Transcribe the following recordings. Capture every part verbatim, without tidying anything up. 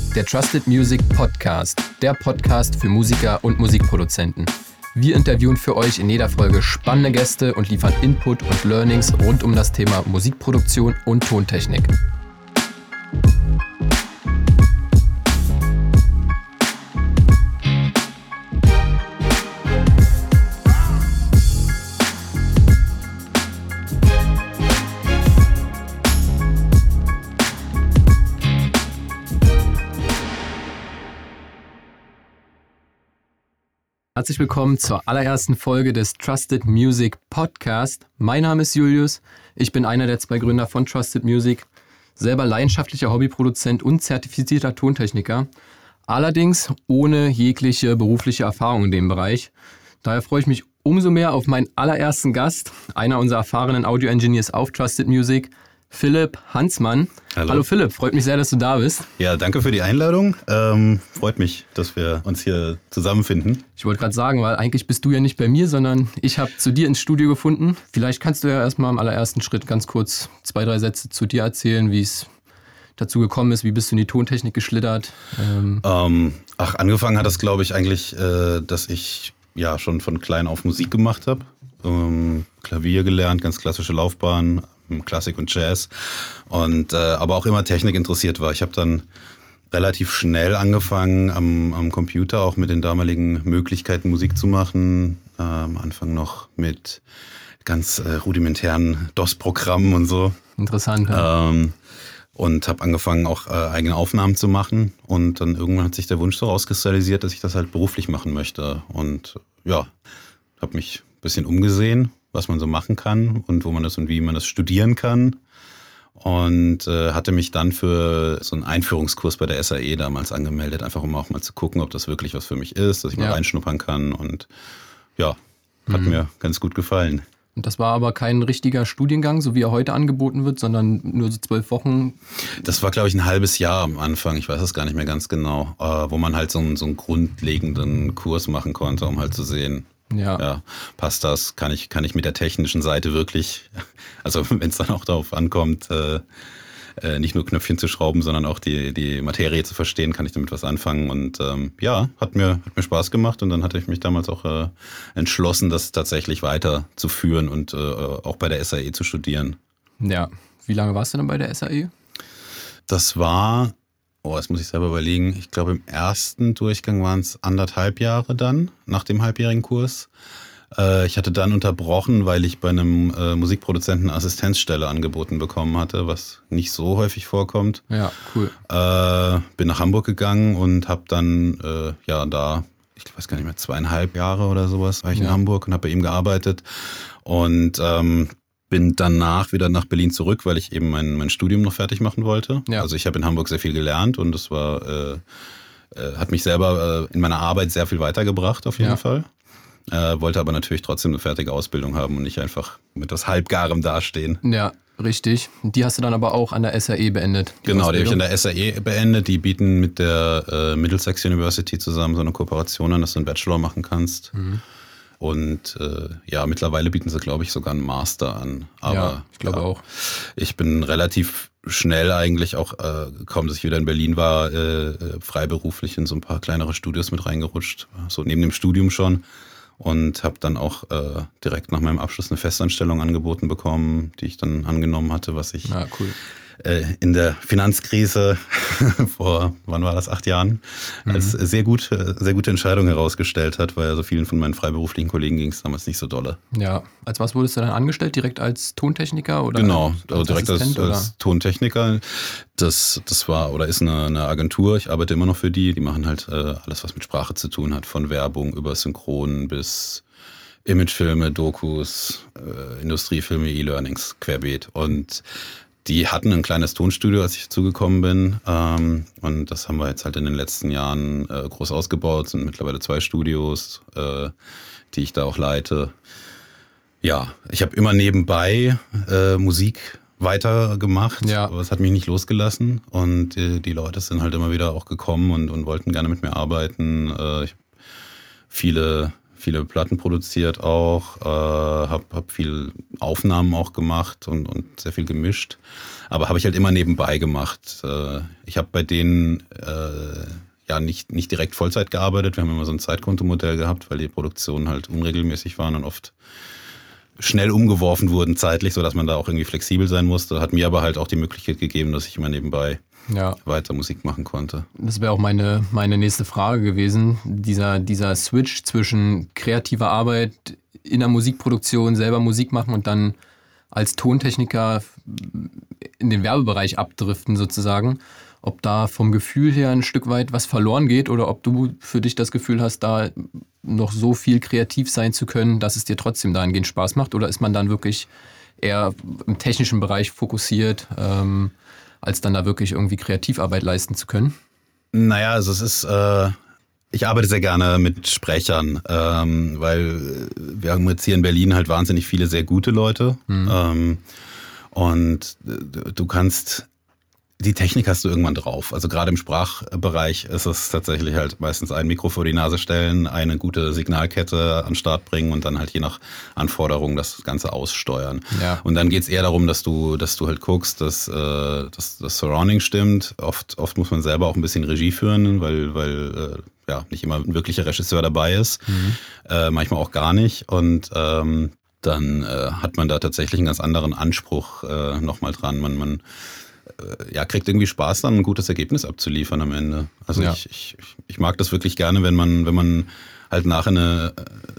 Der Trusted Music Podcast, der Podcast für Musiker und Musikproduzenten. Wir interviewen für euch in jeder Folge spannende Gäste und liefern Input und Learnings rund um das Thema Musikproduktion und Tontechnik. Herzlich willkommen zur allerersten Folge des Trusted Music Podcast. Mein Name ist Julius, ich bin einer der zwei Gründer von Trusted Music, selber leidenschaftlicher Hobbyproduzent und zertifizierter Tontechniker, allerdings ohne jegliche berufliche Erfahrung in dem Bereich. Daher freue ich mich umso mehr auf meinen allerersten Gast, einer unserer erfahrenen Audio-Engineers auf Trusted Music, Philipp Hansmann. Hallo. Hallo Philipp, freut mich sehr, dass du da bist. Ja, danke für die Einladung. Ähm, freut mich, dass wir uns hier zusammenfinden. Ich wollte gerade sagen, weil eigentlich bist du ja nicht bei mir, sondern ich habe zu dir ins Studio gefunden. Vielleicht kannst du ja erstmal im allerersten Schritt ganz kurz zwei, drei Sätze zu dir erzählen, wie es dazu gekommen ist, wie bist du in die Tontechnik geschlittert? Ähm ähm, ach, angefangen hat das, glaube ich, eigentlich, äh, dass ich ja schon von klein auf Musik gemacht habe. Ähm, Klavier gelernt, ganz klassische Laufbahn, Klassik und Jazz, und äh, aber auch immer Technik interessiert war. Ich habe dann relativ schnell angefangen am, am Computer, auch mit den damaligen Möglichkeiten Musik zu machen. Äh, am Anfang noch mit ganz äh, rudimentären DOS-Programmen und so. Interessant. Ja. Ähm, und habe angefangen auch äh, eigene Aufnahmen zu machen, und dann irgendwann hat sich der Wunsch so rauskristallisiert, dass ich das halt beruflich machen möchte. Und ja, habe mich ein bisschen umgesehen, was man so machen kann und wo man das und wie man das studieren kann. Und äh, hatte mich dann für so einen Einführungskurs bei der S A E damals angemeldet, einfach um auch mal zu gucken, ob das wirklich was für mich ist, dass ich mal ja. reinschnuppern kann. Und ja, hat mhm. mir ganz gut gefallen. Und das war aber kein richtiger Studiengang, so wie er heute angeboten wird, sondern nur so zwölf Wochen? Das war, glaube ich, ein halbes Jahr am Anfang, ich weiß es gar nicht mehr ganz genau, äh, wo man halt so einen, so einen grundlegenden Kurs machen konnte, um halt zu sehen, Ja. ja, passt das? Kann ich, kann ich mit der technischen Seite wirklich, also wenn es dann auch darauf ankommt, äh, äh, nicht nur Knöpfchen zu schrauben, sondern auch die, die Materie zu verstehen, kann ich damit was anfangen. Und ähm, ja, hat mir, hat mir Spaß gemacht, und dann hatte ich mich damals auch äh, entschlossen, das tatsächlich weiterzuführen und äh, auch bei der S A E zu studieren. Ja. Wie lange warst du denn bei der S A E? Das war, oh, das muss ich selber überlegen, ich glaube im ersten Durchgang waren es anderthalb Jahre dann, nach dem halbjährigen Kurs. Äh, ich hatte dann unterbrochen, weil ich bei einem äh, Musikproduzenten eine Assistenzstelle angeboten bekommen hatte, was nicht so häufig vorkommt. Ja, cool. Äh, bin nach Hamburg gegangen und habe dann, äh, ja, da, ich weiß gar nicht mehr, zweieinhalb Jahre oder sowas war ich ja. in Hamburg und habe bei ihm gearbeitet. Und ähm, bin danach wieder nach Berlin zurück, weil ich eben mein, mein Studium noch fertig machen wollte. Ja. Also ich habe in Hamburg sehr viel gelernt, und das war, äh, äh, hat mich selber äh, in meiner Arbeit sehr viel weitergebracht auf jeden ja. Fall. Äh, wollte aber natürlich trotzdem eine fertige Ausbildung haben und nicht einfach mit das Halbgarem dastehen. Ja, richtig. Die hast du dann aber auch an der S A E beendet. Die genau, Ausbildung. Die habe ich an der S A E beendet. Die bieten mit der äh, Middlesex University zusammen so eine Kooperation an, dass du einen Bachelor machen kannst. Mhm. Und äh, ja, mittlerweile bieten sie, glaube ich, sogar einen Master an. Aber ja, ich glaube ja, auch. Ich bin relativ schnell eigentlich auch, äh, kaum dass ich wieder in Berlin war, äh, freiberuflich in so ein paar kleinere Studios mit reingerutscht. So neben dem Studium schon. Und habe dann auch äh, direkt nach meinem Abschluss eine Festanstellung angeboten bekommen, die ich dann angenommen hatte, was ich ja, cool. äh, in der Finanzkrise vor, wann war das, acht Jahren, mhm. als sehr, gut, sehr gute Entscheidung herausgestellt hat, weil so vielen von meinen freiberuflichen Kollegen ging es damals nicht so dolle. Ja, als was wurdest du dann angestellt? Direkt als Tontechniker? Oder genau, als also direkt als, als Tontechniker. Das, das war oder ist eine, eine Agentur, ich arbeite immer noch für die. Die machen halt äh, alles, was mit Sprache zu tun hat, von Werbung über Synchron bis Imagefilme, Dokus, äh, Industriefilme, E-Learnings, querbeet. Und die hatten ein kleines Tonstudio, als ich zugekommen bin. Ähm, und das haben wir jetzt halt in den letzten Jahren äh, groß ausgebaut. Es sind mittlerweile zwei Studios, äh, die ich da auch leite. Ja, ich habe immer nebenbei äh, Musik weitergemacht, ja. aber es hat mich nicht losgelassen. Und die, die Leute sind halt immer wieder auch gekommen und, und wollten gerne mit mir arbeiten. Äh, ich viele viele Platten produziert auch, äh, habe hab viel Aufnahmen auch gemacht und, und sehr viel gemischt. Aber habe ich halt immer nebenbei gemacht. Äh, ich habe bei denen äh, ja nicht, nicht direkt Vollzeit gearbeitet. Wir haben immer so ein Zeitkontomodell gehabt, weil die Produktionen halt unregelmäßig waren und oft schnell umgeworfen wurden zeitlich, sodass man da auch irgendwie flexibel sein musste. Hat mir aber halt auch die Möglichkeit gegeben, dass ich immer nebenbei ja. weiter Musik machen konnte. Das wäre auch meine, meine nächste Frage gewesen. Dieser, dieser Switch zwischen kreativer Arbeit in der Musikproduktion, selber Musik machen und dann als Tontechniker in den Werbebereich abdriften sozusagen. Ob da vom Gefühl her ein Stück weit was verloren geht oder ob du für dich das Gefühl hast, da noch so viel kreativ sein zu können, dass es dir trotzdem dahingehend Spaß macht, oder ist man dann wirklich eher im technischen Bereich fokussiert, ähm, als dann da wirklich irgendwie Kreativarbeit leisten zu können? Naja, also es ist, äh, ich arbeite sehr gerne mit Sprechern, ähm, weil wir haben jetzt hier in Berlin halt wahnsinnig viele sehr gute Leute mhm. ähm, und du kannst... Die Technik hast du irgendwann drauf. Also gerade im Sprachbereich ist es tatsächlich halt meistens ein Mikro vor die Nase stellen, eine gute Signalkette an den Start bringen und dann halt je nach Anforderung das Ganze aussteuern. Ja. Und dann geht's eher darum, dass du, dass du halt guckst, dass, äh, dass das Surrounding stimmt. Oft, oft muss man selber auch ein bisschen Regie führen, weil, weil äh, ja nicht immer ein wirklicher Regisseur dabei ist. Mhm. Äh, manchmal auch gar nicht. Und ähm, dann äh, hat man da tatsächlich einen ganz anderen Anspruch äh, nochmal dran. Man, man ja, kriegt irgendwie Spaß, dann ein gutes Ergebnis abzuliefern am Ende. Also ja. ich, ich, ich mag das wirklich gerne, wenn man, wenn man halt nachher eine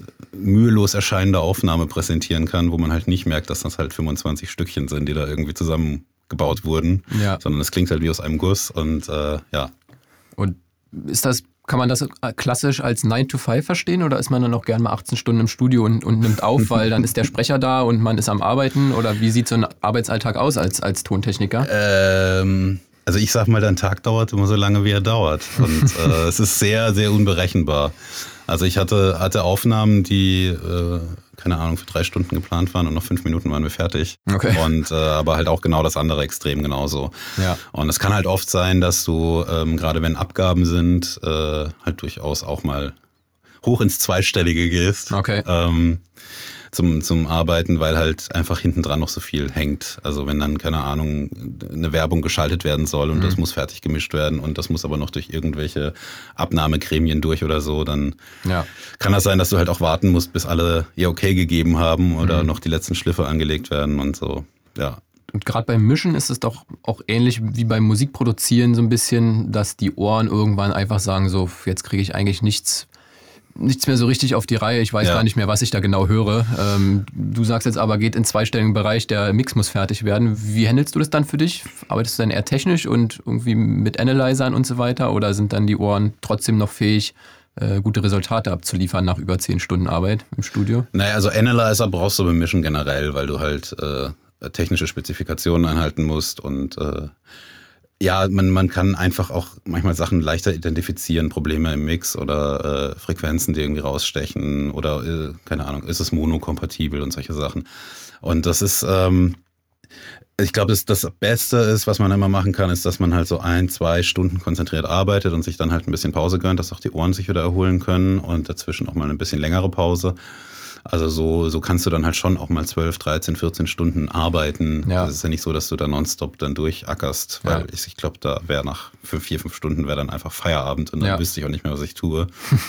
mühelos erscheinende Aufnahme präsentieren kann, wo man halt nicht merkt, dass das halt fünfundzwanzig Stückchen sind, die da irgendwie zusammengebaut wurden, ja. sondern es klingt halt wie aus einem Guss und äh, ja. Und ist das, kann man das klassisch als nine to five verstehen oder ist man dann auch gern mal achtzehn Stunden im Studio und, und nimmt auf, weil dann ist der Sprecher da und man ist am Arbeiten, oder wie sieht so ein Arbeitsalltag aus als, als Tontechniker? Ähm, also ich sag mal, dein Tag dauert immer so lange, wie er dauert und äh, es ist sehr, sehr unberechenbar. Also ich hatte, hatte Aufnahmen, die, äh, keine Ahnung, für drei Stunden geplant waren und nach fünf Minuten waren wir fertig. Okay. Und äh, aber halt auch genau das andere Extrem genauso. Ja. Und es kann halt oft sein, dass du, ähm, gerade wenn Abgaben sind, äh, halt durchaus auch mal hoch ins Zweistellige gehst. Okay. Ähm, zum, zum Arbeiten, weil halt einfach hinten dran noch so viel hängt. Also wenn dann, keine Ahnung, eine Werbung geschaltet werden soll und mhm. das muss fertig gemischt werden und das muss aber noch durch irgendwelche Abnahmegremien durch oder so, dann ja. kann das sein, dass du halt auch warten musst, bis alle ihr okay gegeben haben oder mhm. noch die letzten Schliffe angelegt werden und so, ja. Und gerade beim Mischen ist es doch auch ähnlich wie beim Musikproduzieren so ein bisschen, dass die Ohren irgendwann einfach sagen, so, jetzt kriege ich eigentlich nichts nichts mehr so richtig auf die Reihe. Ich weiß ja. gar nicht mehr, was ich da genau höre. Ähm, du sagst jetzt aber, geht in zweistelligen Bereich, der Mix muss fertig werden. Wie handelst du das dann für dich? Arbeitest du dann eher technisch und irgendwie mit Analyzern und so weiter? Oder sind dann die Ohren trotzdem noch fähig, äh, gute Resultate abzuliefern nach über zehn Stunden Arbeit im Studio? Naja, also Analyzer brauchst du beim Mischen generell, weil du halt äh, technische Spezifikationen einhalten musst und äh, ja, man, man kann einfach auch manchmal Sachen leichter identifizieren, Probleme im Mix oder äh, Frequenzen, die irgendwie rausstechen oder, äh, keine Ahnung, ist es monokompatibel und solche Sachen. Und das ist, ähm, ich glaube, das, das Beste ist, was man immer machen kann, ist, dass man halt so ein, zwei Stunden konzentriert arbeitet und sich dann halt ein bisschen Pause gönnt, dass auch die Ohren sich wieder erholen können und dazwischen auch mal ein bisschen längere Pause. Also so, so kannst du dann halt schon auch mal zwölf, dreizehn, vierzehn Stunden arbeiten. Ja. Das ist ja nicht so, dass du da nonstop dann durchackerst, weil ja. ich, ich glaube, da wäre nach vier, fünf Stunden wäre dann einfach Feierabend und dann ja. wüsste ich auch nicht mehr, was ich tue.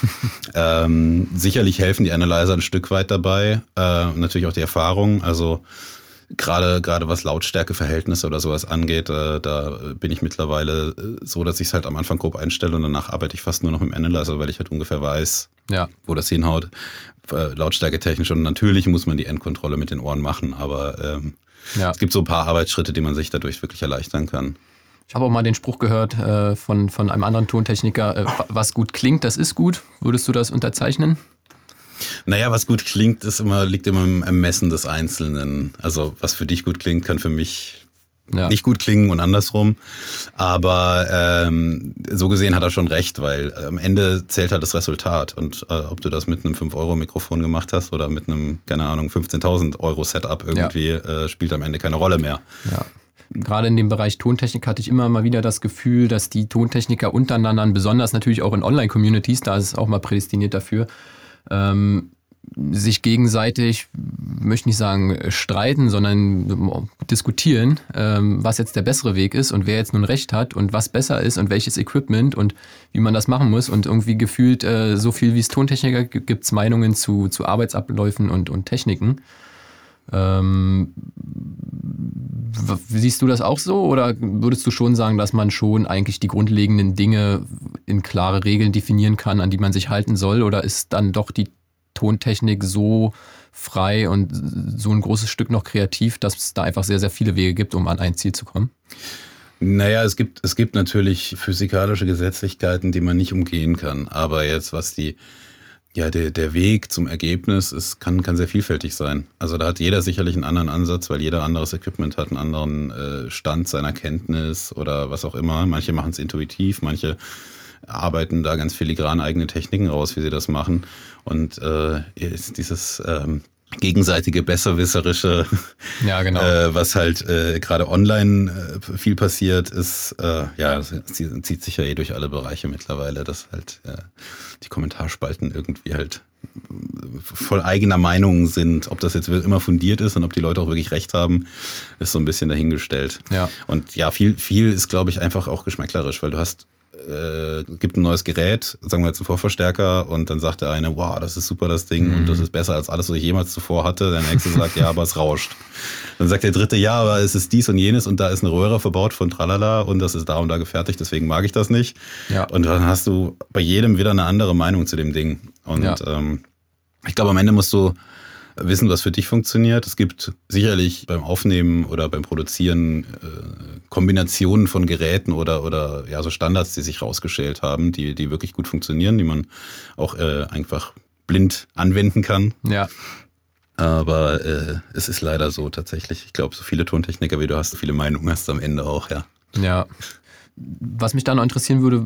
ähm, sicherlich helfen die Analyzer ein Stück weit dabei. Äh, natürlich auch die Erfahrung. Also Gerade gerade was Lautstärkeverhältnisse oder sowas angeht, äh, da bin ich mittlerweile so, dass ich es halt am Anfang grob einstelle und danach arbeite ich fast nur noch mit dem Analyzer, weil ich halt ungefähr weiß, ja. wo das hinhaut, äh, lautstärketechnisch. Und natürlich muss man die Endkontrolle mit den Ohren machen, aber ähm, ja. es gibt so ein paar Arbeitsschritte, die man sich dadurch wirklich erleichtern kann. Ich habe auch mal den Spruch gehört äh, von, von einem anderen Tontechniker, äh, was gut klingt, das ist gut. Würdest du das unterzeichnen? Naja, was gut klingt, ist immer, liegt immer im Ermessen des Einzelnen. Also was für dich gut klingt, kann für mich ja. nicht gut klingen und andersrum. Aber ähm, so gesehen hat er schon recht, weil am Ende zählt halt das Resultat. Und äh, ob du das mit einem fünf Euro Mikrofon gemacht hast oder mit einem, keine Ahnung, fünfzehntausend Euro Setup irgendwie, ja. äh, spielt am Ende keine Rolle mehr. Ja. Gerade in dem Bereich Tontechnik hatte ich immer mal wieder das Gefühl, dass die Tontechniker untereinander, besonders natürlich auch in Online-Communities, da ist es auch mal prädestiniert dafür, ähm, sich gegenseitig, möchte nicht sagen streiten, sondern diskutieren, ähm, was jetzt der bessere Weg ist und wer jetzt nun recht hat und was besser ist und welches Equipment und wie man das machen muss. Und irgendwie gefühlt, äh, so viel wie es Tontechniker gibt, gibt es Meinungen zu, zu Arbeitsabläufen und, und Techniken. Ähm, siehst du das auch so oder würdest du schon sagen, dass man schon eigentlich die grundlegenden Dinge in klare Regeln definieren kann, an die man sich halten soll, oder ist dann doch die Tontechnik so frei und so ein großes Stück noch kreativ, dass es da einfach sehr, sehr viele Wege gibt, um an ein Ziel zu kommen? Naja, es gibt, es gibt natürlich physikalische Gesetzlichkeiten, die man nicht umgehen kann. Aber jetzt, was die, ja, der, der Weg zum Ergebnis ist, kann, kann sehr vielfältig sein. Also da hat jeder sicherlich einen anderen Ansatz, weil jeder anderes Equipment hat, einen anderen äh, Stand seiner Kenntnis oder was auch immer. Manche machen es intuitiv, manche arbeiten da ganz filigran eigene Techniken raus, wie sie das machen. Und äh, ist dieses ähm, gegenseitige besserwisserische, ja, genau. äh, was halt äh, gerade online äh, viel passiert, ist, äh, ja, das zieht sich ja eh durch alle Bereiche mittlerweile, dass halt äh, die Kommentarspalten irgendwie halt voll eigener Meinung sind. Ob das jetzt immer fundiert ist und ob die Leute auch wirklich recht haben, ist so ein bisschen dahingestellt. Ja. Und ja, viel, viel ist, glaube ich, einfach auch geschmäcklerisch, weil du hast Äh, gibt ein neues Gerät, sagen wir jetzt einen Vorverstärker, und dann sagt der eine, wow, das ist super, das Ding, mhm. und das ist besser als alles, was ich jemals zuvor hatte. Der nächste sagt, ja, aber es rauscht. Dann sagt der dritte, ja, aber es ist dies und jenes und da ist eine Röhre verbaut von Tralala und das ist da und da gefertigt, deswegen mag ich das nicht. Ja. Und dann hast du bei jedem wieder eine andere Meinung zu dem Ding. Und ja. ähm, ich glaube, am Ende musst du wissen, was für dich funktioniert. Es gibt sicherlich beim Aufnehmen oder beim Produzieren äh, Kombinationen von Geräten oder oder ja so Standards, die sich rausgeschält haben, die die wirklich gut funktionieren, die man auch äh, einfach blind anwenden kann. Ja. Aber äh, es ist leider so tatsächlich. Ich glaube, so viele Tontechniker wie du hast, so viele Meinungen hast du am Ende auch, ja. Ja. Was mich da noch interessieren würde,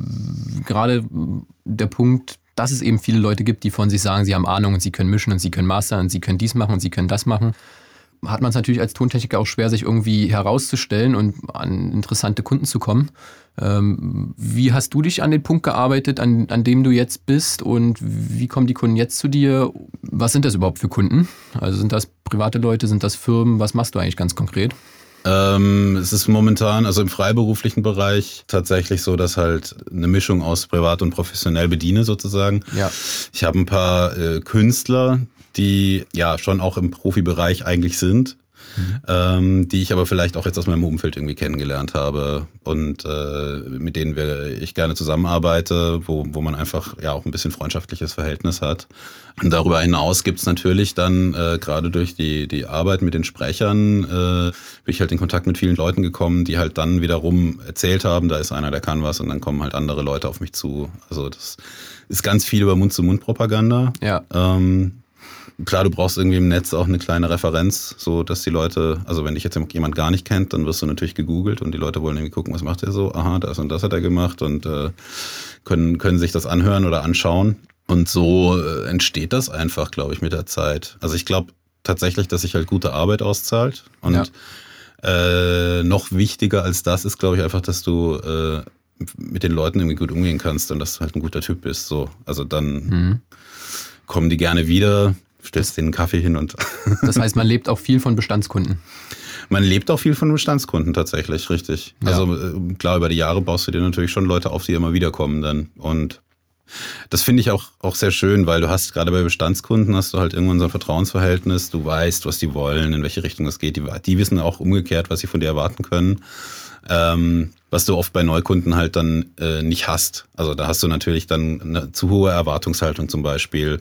gerade der Punkt, dass es eben viele Leute gibt, die von sich sagen, sie haben Ahnung und sie können mischen und sie können mastern und sie können dies machen und sie können das machen, hat man es natürlich als Tontechniker auch schwer, sich irgendwie herauszustellen und an interessante Kunden zu kommen. Ähm, wie hast du dich an den Punkt gearbeitet, an, an dem du jetzt bist, und wie kommen die Kunden jetzt zu dir? Was sind das überhaupt für Kunden? Also sind das private Leute, sind das Firmen? Was machst du eigentlich ganz konkret? Ähm, es ist momentan, also im freiberuflichen Bereich, tatsächlich so, dass halt eine Mischung aus privat und professionell bediene sozusagen. Ja. Ich habe ein paar äh, Künstler, die ja schon auch im Profibereich eigentlich sind, mhm. ähm, die ich aber vielleicht auch jetzt aus meinem Umfeld irgendwie kennengelernt habe und äh, mit denen wir, ich gerne zusammenarbeite, wo, wo man einfach ja auch ein bisschen freundschaftliches Verhältnis hat. Und darüber hinaus gibt's natürlich dann, äh, gerade durch die, die Arbeit mit den Sprechern, äh, bin ich halt in Kontakt mit vielen Leuten gekommen, die halt dann wiederum erzählt haben, da ist einer, der kann was, und dann kommen halt andere Leute auf mich zu. Also das ist ganz viel über Mund-zu-Mund-Propaganda. Ja. Ähm, Klar, du brauchst irgendwie im Netz auch eine kleine Referenz, so dass die Leute, also wenn dich jetzt jemand gar nicht kennt, dann wirst du natürlich gegoogelt und die Leute wollen irgendwie gucken, was macht er so? Aha, das und das hat er gemacht, und äh, können können sich das anhören oder anschauen. Und so äh, entsteht das einfach, glaube ich, mit der Zeit. Also ich glaube tatsächlich, dass sich halt gute Arbeit auszahlt. Und ja. äh, noch wichtiger als das ist, glaube ich, einfach, dass du äh, mit den Leuten irgendwie gut umgehen kannst und dass du halt ein guter Typ bist. So, also dann mhm. kommen die gerne wieder. Stellst denen einen Kaffee hin und... Das heißt, man lebt auch viel von Bestandskunden? Man lebt auch viel von Bestandskunden tatsächlich, richtig. Ja. Also klar, über die Jahre baust du dir natürlich schon Leute auf, die immer wieder kommen dann. Und das finde ich auch, auch sehr schön, weil du hast gerade bei Bestandskunden hast du halt irgendwann so ein Vertrauensverhältnis. Du weißt, was die wollen, in welche Richtung es geht. Die, die wissen auch umgekehrt, was sie von dir erwarten können. Ähm, was du oft bei Neukunden halt dann äh, nicht hast. Also da hast du natürlich dann eine zu hohe Erwartungshaltung zum Beispiel.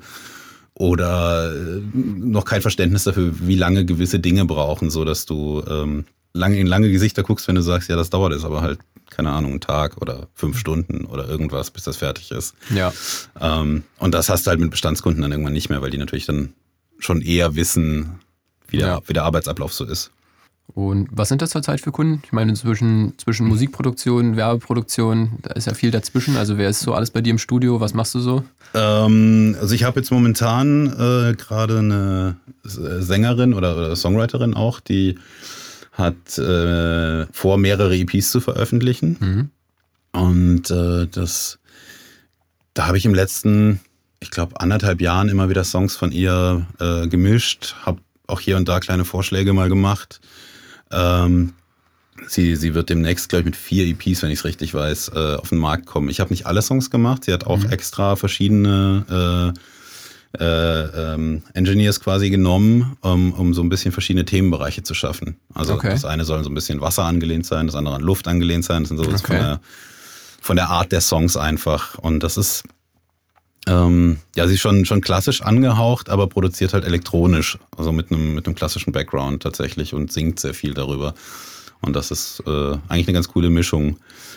Oder noch kein Verständnis dafür, wie lange gewisse Dinge brauchen, so dass du ähm, lange in lange Gesichter guckst, wenn du sagst, ja, das dauert jetzt aber halt, keine Ahnung, einen Tag oder fünf Stunden oder irgendwas, bis das fertig ist. Ja. Ähm, und das hast du halt mit Bestandskunden dann irgendwann nicht mehr, weil die natürlich dann schon eher wissen, wie der, ja. wie der Arbeitsablauf so ist. Und was sind das zurzeit für Kunden? Ich meine, zwischen, zwischen Musikproduktion, Werbeproduktion, da ist ja viel dazwischen. Also wer ist so alles bei dir im Studio? Was machst du so? Ähm, also ich habe jetzt momentan äh, gerade eine Sängerin oder, oder Songwriterin auch, die hat äh, vor, mehrere E Ps zu veröffentlichen. Mhm. Und äh, das, da habe ich im letzten ich glaube, anderthalb Jahren immer wieder Songs von ihr äh, gemischt, habe auch hier und da kleine Vorschläge mal gemacht. Ähm, sie, sie wird demnächst, glaube ich, mit vier E Ps, wenn ich es richtig weiß, äh, auf den Markt kommen. Ich habe nicht alle Songs gemacht, sie hat auch mhm. extra verschiedene äh, äh, ähm, Engineers quasi genommen, um, um so ein bisschen verschiedene Themenbereiche zu schaffen. Also okay. Das eine soll so ein bisschen Wasser angelehnt sein, das andere an Luft angelehnt sein. Das sind so okay. von, der, von der Art der Songs einfach. Und das ist ähm, ja, sie ist schon, schon klassisch angehaucht, aber produziert halt elektronisch, also mit einem, mit einem klassischen Background tatsächlich und singt sehr viel darüber. Und das ist äh, eigentlich eine ganz coole Mischung.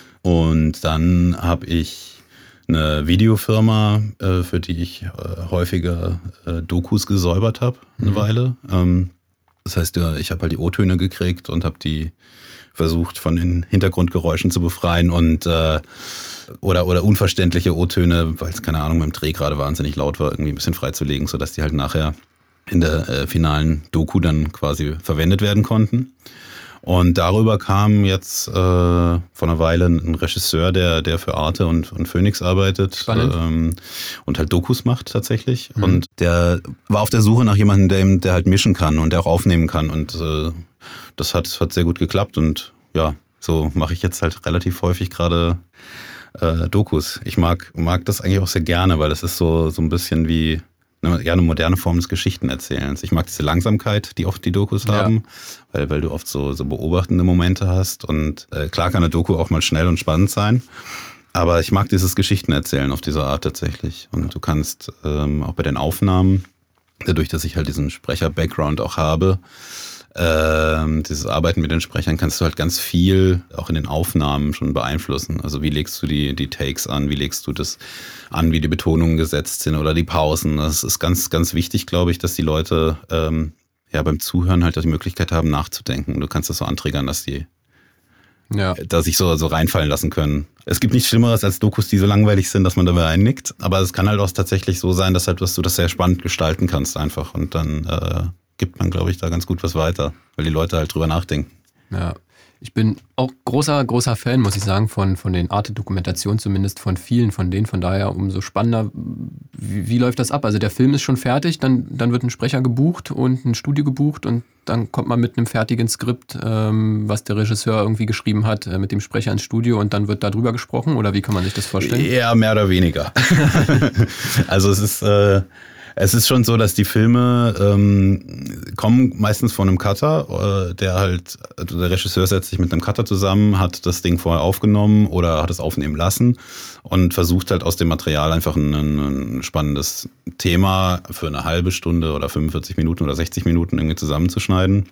Und dann habe ich eine Videofirma, äh, für die ich äh, häufiger äh, Dokus gesäubert habe, eine mhm. Weile. Ähm, das heißt, ja, ich habe halt die O-Töne gekriegt und habe die versucht von den Hintergrundgeräuschen zu befreien und äh, oder oder unverständliche O-Töne, weil es, keine Ahnung, beim Dreh gerade wahnsinnig laut war, irgendwie ein bisschen freizulegen, sodass die halt nachher in der äh, finalen Doku dann quasi verwendet werden konnten. Und darüber kam jetzt äh, vor einer Weile ein Regisseur, der der für Arte und, und Phoenix arbeitet ähm, und halt Dokus macht tatsächlich. Mhm. Und der war auf der Suche nach jemandem, der, der halt mischen kann und der auch aufnehmen kann. Und äh, das hat, hat sehr gut geklappt. Und ja, so mache ich jetzt halt relativ häufig gerade äh, Dokus. Ich mag, mag das eigentlich auch sehr gerne, weil es ist so, so ein bisschen wie eine, ja, eine moderne Form des Geschichtenerzählens. Ich mag diese Langsamkeit, die oft die Dokus ja. haben, weil, weil du oft so, so beobachtende Momente hast. Und äh, klar kann eine Doku auch mal schnell und spannend sein. Aber ich mag dieses Geschichtenerzählen auf diese Art tatsächlich. Und du kannst ähm, auch bei den Aufnahmen, dadurch, dass ich halt diesen Sprecher-Background auch habe, ähm, dieses Arbeiten mit den Sprechern, kannst du halt ganz viel auch in den Aufnahmen schon beeinflussen. Also wie legst du die, die Takes an, wie legst du das an, wie die Betonungen gesetzt sind oder die Pausen. Das ist ganz, ganz wichtig, glaube ich, dass die Leute ähm, ja beim Zuhören halt auch die Möglichkeit haben, nachzudenken. Du kannst das so antriggern, dass die ja. da sich so, so reinfallen lassen können. Es gibt nichts Schlimmeres als Dokus, die so langweilig sind, dass man dabei einnickt. Aber es kann halt auch tatsächlich so sein, dass, halt, dass du das sehr spannend gestalten kannst einfach. Und dann äh, gibt man, glaube ich, da ganz gut was weiter, weil die Leute halt drüber nachdenken. Ja, ich bin auch großer, großer Fan, muss ich sagen, von, von den Arte-Dokumentationen, zumindest von vielen von denen. Von daher umso spannender, wie, wie läuft das ab? Also der Film ist schon fertig, dann, dann wird ein Sprecher gebucht und ein Studio gebucht und dann kommt man mit einem fertigen Skript, ähm, was der Regisseur irgendwie geschrieben hat, äh, mit dem Sprecher ins Studio und dann wird da drüber gesprochen? Oder wie kann man sich das vorstellen? Ja, mehr oder weniger. Also es ist... Äh Es ist schon so, dass die Filme ähm, kommen meistens von einem Cutter, äh, der halt, also der Regisseur setzt sich mit einem Cutter zusammen, hat das Ding vorher aufgenommen oder hat es aufnehmen lassen und versucht halt aus dem Material einfach ein, ein spannendes Thema für eine halbe Stunde oder fünfundvierzig Minuten oder sechzig Minuten irgendwie zusammenzuschneiden.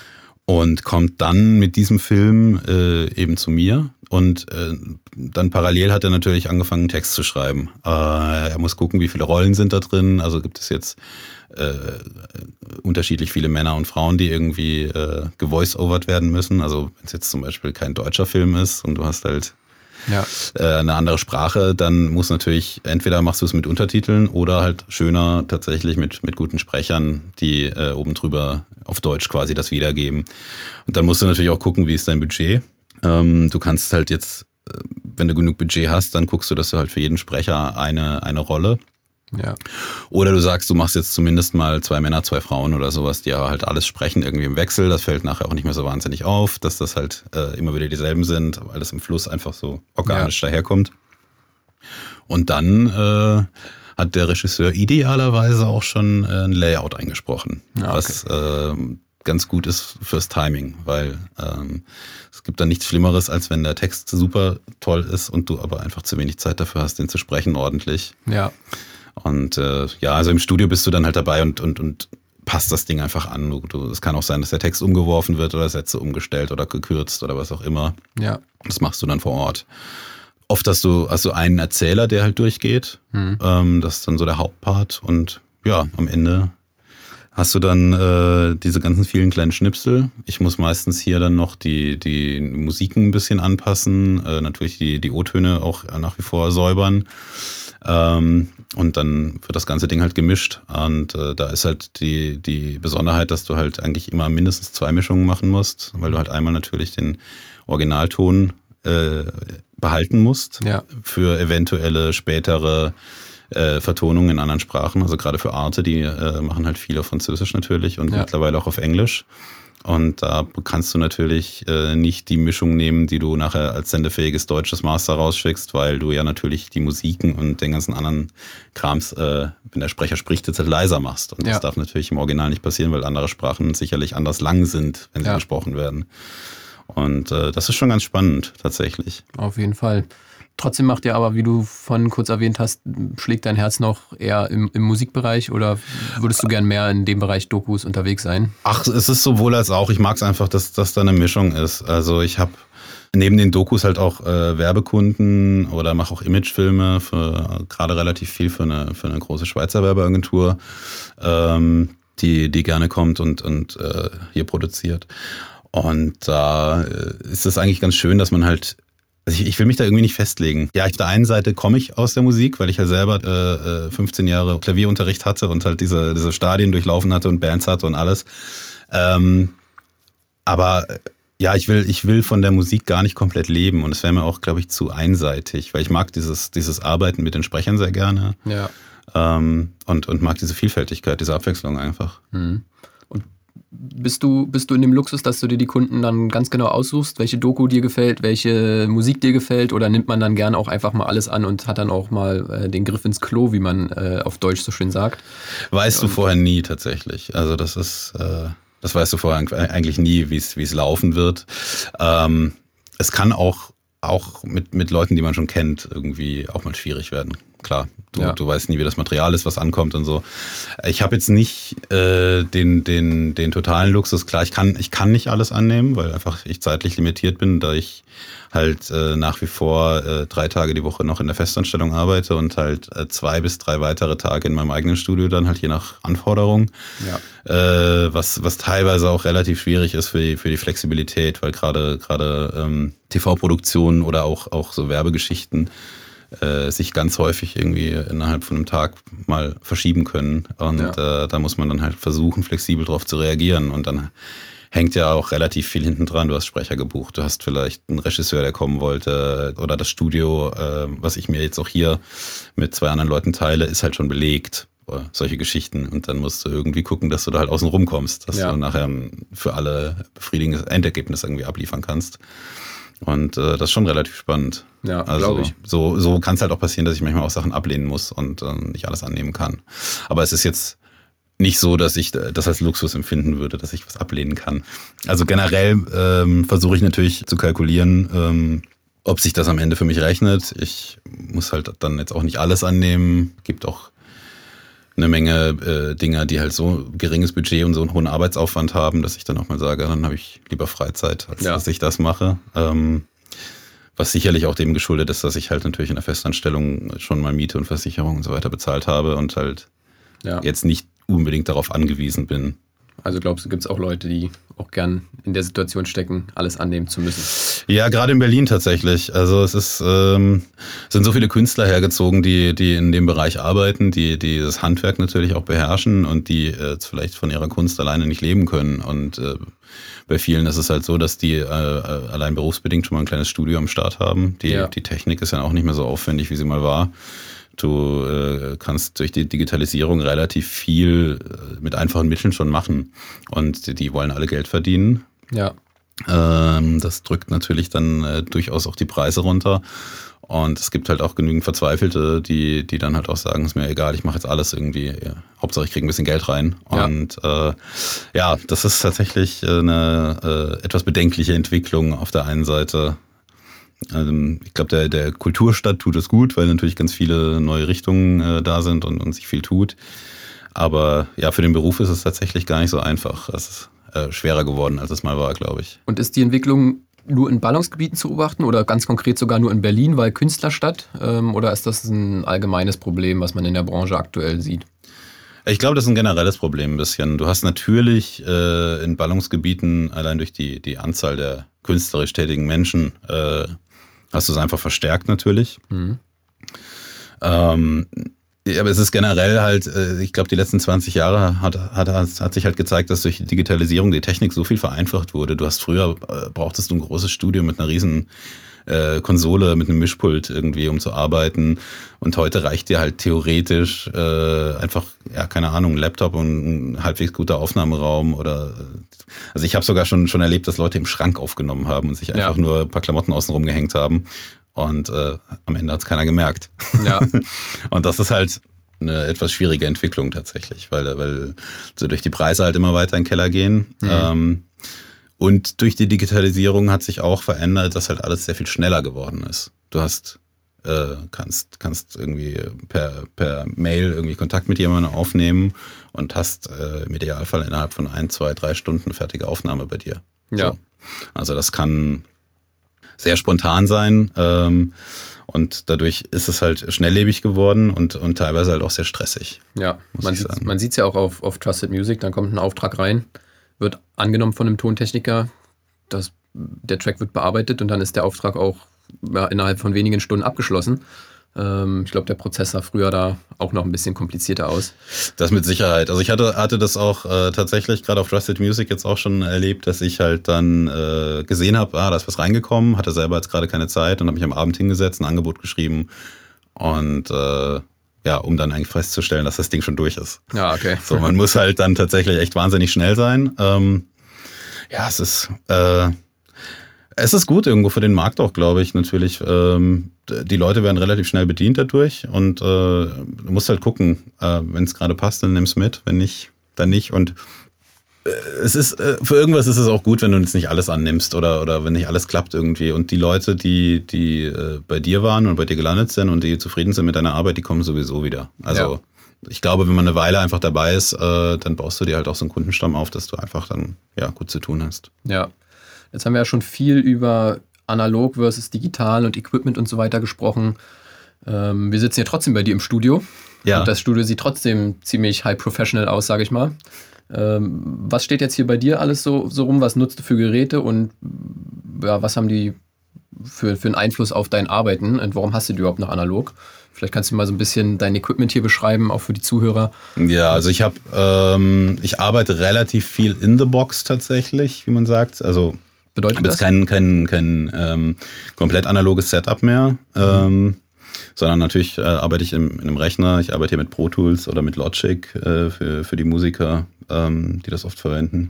Und kommt dann mit diesem Film äh, eben zu mir. Und äh, dann parallel hat er natürlich angefangen, einen Text zu schreiben. Äh, er muss gucken, wie viele Rollen sind da drin. Also gibt es jetzt äh, unterschiedlich viele Männer und Frauen, die irgendwie äh, gevoice-overt werden müssen. Also wenn es jetzt zum Beispiel kein deutscher Film ist und du hast halt ja. äh, eine andere Sprache, dann muss natürlich, entweder machst du es mit Untertiteln oder halt schöner tatsächlich mit, mit guten Sprechern, die äh, oben drüber auf Deutsch quasi das wiedergeben. Und dann musst du natürlich auch gucken, wie ist dein Budget. Ähm, du kannst halt jetzt, wenn du genug Budget hast, dann guckst du, dass du halt für jeden Sprecher eine, eine Rolle. Ja. Oder du sagst, du machst jetzt zumindest mal zwei Männer, zwei Frauen oder sowas, die ja halt alles sprechen, irgendwie im Wechsel. Das fällt nachher auch nicht mehr so wahnsinnig auf, dass das halt äh, immer wieder dieselben sind, weil das im Fluss einfach so organisch ja. daherkommt. Und dann äh, hat der Regisseur idealerweise auch schon äh, ein Layout eingesprochen, ja, okay. was äh, ganz gut ist fürs Timing, weil ähm, es gibt dann nichts Schlimmeres, als wenn der Text super toll ist und du aber einfach zu wenig Zeit dafür hast, den zu sprechen ordentlich. Ja. Und äh, ja, also im Studio bist du dann halt dabei und, und, und passt das Ding einfach an. Du, du, es kann auch sein, dass der Text umgeworfen wird oder Sätze umgestellt oder gekürzt oder was auch immer. Ja. Das machst du dann vor Ort. Oft hast du, hast du einen Erzähler, der halt durchgeht. Mhm. Ähm, das ist dann so der Hauptpart. Und ja, am Ende hast du dann äh, diese ganzen vielen kleinen Schnipsel. Ich muss meistens hier dann noch die, die Musiken ein bisschen anpassen. Äh, natürlich die, die O-Töne auch nach wie vor säubern. Ähm, und dann wird das ganze Ding halt gemischt. Und äh, da ist halt die, die Besonderheit, dass du halt eigentlich immer mindestens zwei Mischungen machen musst, weil du halt einmal natürlich den Originalton äh, behalten musst ja. für eventuelle spätere äh, Vertonungen in anderen Sprachen. Also gerade für Arte, die äh, machen halt viel auf Französisch natürlich und ja. mittlerweile auch auf Englisch. Und da kannst du natürlich äh, nicht die Mischung nehmen, die du nachher als sendefähiges deutsches Master rausschickst, weil du ja natürlich die Musiken und den ganzen anderen Krams, äh, wenn der Sprecher spricht, jetzt halt leiser machst. Und ja. das darf natürlich im Original nicht passieren, weil andere Sprachen sicherlich anders lang sind, wenn sie ja. gesprochen werden. Und äh, das ist schon ganz spannend, tatsächlich. Auf jeden Fall. Trotzdem macht ihr aber, wie du vorhin kurz erwähnt hast, schlägt dein Herz noch eher im, im Musikbereich oder würdest du gern mehr in dem Bereich Dokus unterwegs sein? Ach, es ist sowohl als auch. Ich mag es einfach, dass das da eine Mischung ist. Also ich habe neben den Dokus halt auch äh, Werbekunden oder mache auch Imagefilme, für gerade relativ viel für eine, für eine große Schweizer Werbeagentur, ähm, die, die gerne kommt und, und äh, hier produziert. Und da äh, ist es eigentlich ganz schön, dass man halt Also ich, ich will mich da irgendwie nicht festlegen. Ja, auf der einen Seite komme ich aus der Musik, weil ich ja selber äh, fünfzehn Jahre Klavierunterricht hatte und halt diese, diese Stadien durchlaufen hatte und Bands hatte und alles. Ähm, aber ja, ich will, ich will von der Musik gar nicht komplett leben und es wäre mir auch, glaube ich, zu einseitig, weil ich mag dieses, dieses Arbeiten mit den Sprechern sehr gerne. Ja. Ähm, und, und mag diese Vielfältigkeit, diese Abwechslung einfach. Mhm. Bist du, bist du in dem Luxus, dass du dir die Kunden dann ganz genau aussuchst, welche Doku dir gefällt, welche Musik dir gefällt, oder nimmt man dann gern auch einfach mal alles an und hat dann auch mal äh, den Griff ins Klo, wie man äh, auf Deutsch so schön sagt? Weißt und du vorher nie tatsächlich. Also das ist, äh, das weißt du vorher eigentlich nie, wie es wie es laufen wird. Ähm, es kann auch, auch mit, mit Leuten, die man schon kennt, irgendwie auch mal schwierig werden. Klar, du, ja. du weißt nie, wie das Material ist, was ankommt und so. Ich habe jetzt nicht äh, den, den, den totalen Luxus. Klar, ich kann, ich kann nicht alles annehmen, weil einfach ich zeitlich limitiert bin, da ich halt äh, nach wie vor äh, drei Tage die Woche noch in der Festanstellung arbeite und halt äh, zwei bis drei weitere Tage in meinem eigenen Studio dann halt je nach Anforderung. Ja. Äh, was, was teilweise auch relativ schwierig ist für die, für die Flexibilität, weil gerade gerade ähm, T V-Produktionen oder auch, auch so Werbegeschichten Äh, sich ganz häufig irgendwie innerhalb von einem Tag mal verschieben können. Und ja. äh, da muss man dann halt versuchen, flexibel drauf zu reagieren. Und dann hängt ja auch relativ viel hinten dran. Du hast Sprecher gebucht, du hast vielleicht einen Regisseur, der kommen wollte. Oder das Studio, äh, was ich mir jetzt auch hier mit zwei anderen Leuten teile, ist halt schon belegt. Solche Geschichten. Und dann musst du irgendwie gucken, dass du da halt außen rum kommst, dass ja. du nachher für alle befriedigendes Endergebnis irgendwie abliefern kannst. Und äh, das ist schon relativ spannend. Ja, also, glaube ich. So, so kann es halt auch passieren, dass ich manchmal auch Sachen ablehnen muss und äh, nicht alles annehmen kann. Aber es ist jetzt nicht so, dass ich das als Luxus empfinden würde, dass ich was ablehnen kann. Also generell ähm, versuche ich natürlich zu kalkulieren, ähm, ob sich das am Ende für mich rechnet. Ich muss halt dann jetzt auch nicht alles annehmen. Gibt auch eine Menge äh, Dinger, die halt so geringes Budget und so einen hohen Arbeitsaufwand haben, dass ich dann auch mal sage, dann habe ich lieber Freizeit, als ja. dass ich das mache. Ähm, was sicherlich auch dem geschuldet ist, dass ich halt natürlich in der Festanstellung schon mal Miete und Versicherung und so weiter bezahlt habe und halt ja. jetzt nicht unbedingt darauf angewiesen bin. Also glaubst du, gibt es auch Leute, die auch gern in der Situation stecken, alles annehmen zu müssen? Ja, gerade in Berlin tatsächlich. Also es ist, ähm, sind so viele Künstler hergezogen, die, die in dem Bereich arbeiten, die, die das Handwerk natürlich auch beherrschen und die äh, vielleicht von ihrer Kunst alleine nicht leben können. Und äh, bei vielen ist es halt so, dass die äh, allein berufsbedingt schon mal ein kleines Studio am Start haben. Die, ja. die Technik ist ja auch nicht mehr so aufwendig, wie sie mal war. Du äh, kannst durch die Digitalisierung relativ viel äh, mit einfachen Mitteln schon machen. Und die, die wollen alle Geld verdienen. Ja. Ähm, das drückt natürlich dann äh, durchaus auch die Preise runter. Und es gibt halt auch genügend Verzweifelte, die, die dann halt auch sagen, ist mir egal, ich mache jetzt alles irgendwie. Ja, Hauptsache ich kriege ein bisschen Geld rein. Ja. Und äh, ja, das ist tatsächlich eine äh, etwas bedenkliche Entwicklung auf der einen Seite. Ich glaube, der, der Kulturstadt tut es gut, weil natürlich ganz viele neue Richtungen äh, da sind und, und sich viel tut. Aber ja, für den Beruf ist es tatsächlich gar nicht so einfach. Es ist äh, schwerer geworden, als es mal war, glaube ich. Und ist die Entwicklung nur in Ballungsgebieten zu beobachten oder ganz konkret sogar nur in Berlin, weil Künstlerstadt? Ähm, oder ist das ein allgemeines Problem, was man in der Branche aktuell sieht? Ich glaube, das ist ein generelles Problem ein bisschen. Du hast natürlich äh, in Ballungsgebieten, allein durch die, die Anzahl der künstlerisch tätigen Menschen, äh, hast du es einfach verstärkt natürlich. Mhm. Ähm, Ja, aber es ist generell halt, ich glaube, die letzten zwanzig Jahre hat, hat, hat sich halt gezeigt, dass durch die Digitalisierung die Technik so viel vereinfacht wurde. Du hast früher, brauchtest du ein großes Studio mit einer riesen äh, Konsole, mit einem Mischpult irgendwie, um zu arbeiten. Und heute reicht dir halt theoretisch äh, einfach, ja, keine Ahnung, ein Laptop und ein halbwegs guter Aufnahmeraum oder, also ich habe sogar schon, schon erlebt, dass Leute im Schrank aufgenommen haben und sich einfach ja. nur ein paar Klamotten außenrum gehängt haben. Und äh, am Ende hat es keiner gemerkt. Ja. Und das ist halt eine etwas schwierige Entwicklung tatsächlich, weil, weil so durch die Preise halt immer weiter in den Keller gehen. Mhm. Ähm, und durch die Digitalisierung hat sich auch verändert, dass halt alles sehr viel schneller geworden ist. Du hast, äh, kannst, kannst irgendwie per, per Mail irgendwie Kontakt mit jemandem aufnehmen und hast äh, im Idealfall innerhalb von ein, zwei, drei Stunden fertige Aufnahme bei dir. Ja. So. Also das kann sehr spontan sein ähm, und dadurch ist es halt schnelllebig geworden und, und teilweise halt auch sehr stressig. Ja, man sieht man sieht's ja auch auf, auf Trusted Music, dann kommt ein Auftrag rein, wird angenommen von einem Tontechniker, das, der Track wird bearbeitet und dann ist der Auftrag auch ja, innerhalb von wenigen Stunden abgeschlossen. Ähm, ich glaube, der Prozess sah früher da auch noch ein bisschen komplizierter aus. Das mit Sicherheit. Also ich hatte, hatte das auch äh, tatsächlich gerade auf Trusted Music jetzt auch schon erlebt, dass ich halt dann äh, gesehen habe, ah, da ist was reingekommen, hatte selber jetzt gerade keine Zeit und habe mich am Abend hingesetzt, ein Angebot geschrieben und äh, ja, um dann eigentlich festzustellen, dass das Ding schon durch ist. Ja, okay. So, man muss halt dann tatsächlich echt wahnsinnig schnell sein. Ähm, ja, es ist äh, Es ist gut irgendwo für den Markt auch, glaube ich, natürlich. Ähm, die Leute werden relativ schnell bedient dadurch und äh, du musst halt gucken, äh, wenn es gerade passt, dann nimm's mit, wenn nicht, dann nicht. Und äh, es ist, äh, für irgendwas ist es auch gut, wenn du jetzt nicht alles annimmst oder, oder wenn nicht alles klappt irgendwie. Und die Leute, die, die äh, bei dir waren und bei dir gelandet sind und die zufrieden sind mit deiner Arbeit, die kommen sowieso wieder. Also ja. Ich glaube, wenn man eine Weile einfach dabei ist, äh, dann baust du dir halt auch so einen Kundenstamm auf, dass du einfach dann ja gut zu tun hast. Ja. Jetzt haben wir ja schon viel über analog versus digital und Equipment und so weiter gesprochen. Ähm, wir sitzen hier trotzdem bei dir im Studio. Ja. Und das Studio sieht trotzdem ziemlich high professional aus, sage ich mal. Ähm, was steht jetzt hier bei dir alles so, so rum? Was nutzt du für Geräte und ja, was haben die für, für einen Einfluss auf dein Arbeiten? Und warum hast du die überhaupt noch analog? Vielleicht kannst du mal so ein bisschen dein Equipment hier beschreiben, auch für die Zuhörer. Ja, also ich habe, ähm, ich arbeite relativ viel in the box tatsächlich, wie man sagt. Also bedeutet das? Ich habe jetzt kein, kein, kein ähm, komplett analoges Setup mehr, mhm. ähm, sondern natürlich äh, arbeite ich in, in einem Rechner. Ich arbeite hier mit Pro Tools oder mit Logic äh, für, für die Musiker, ähm, die das oft verwenden.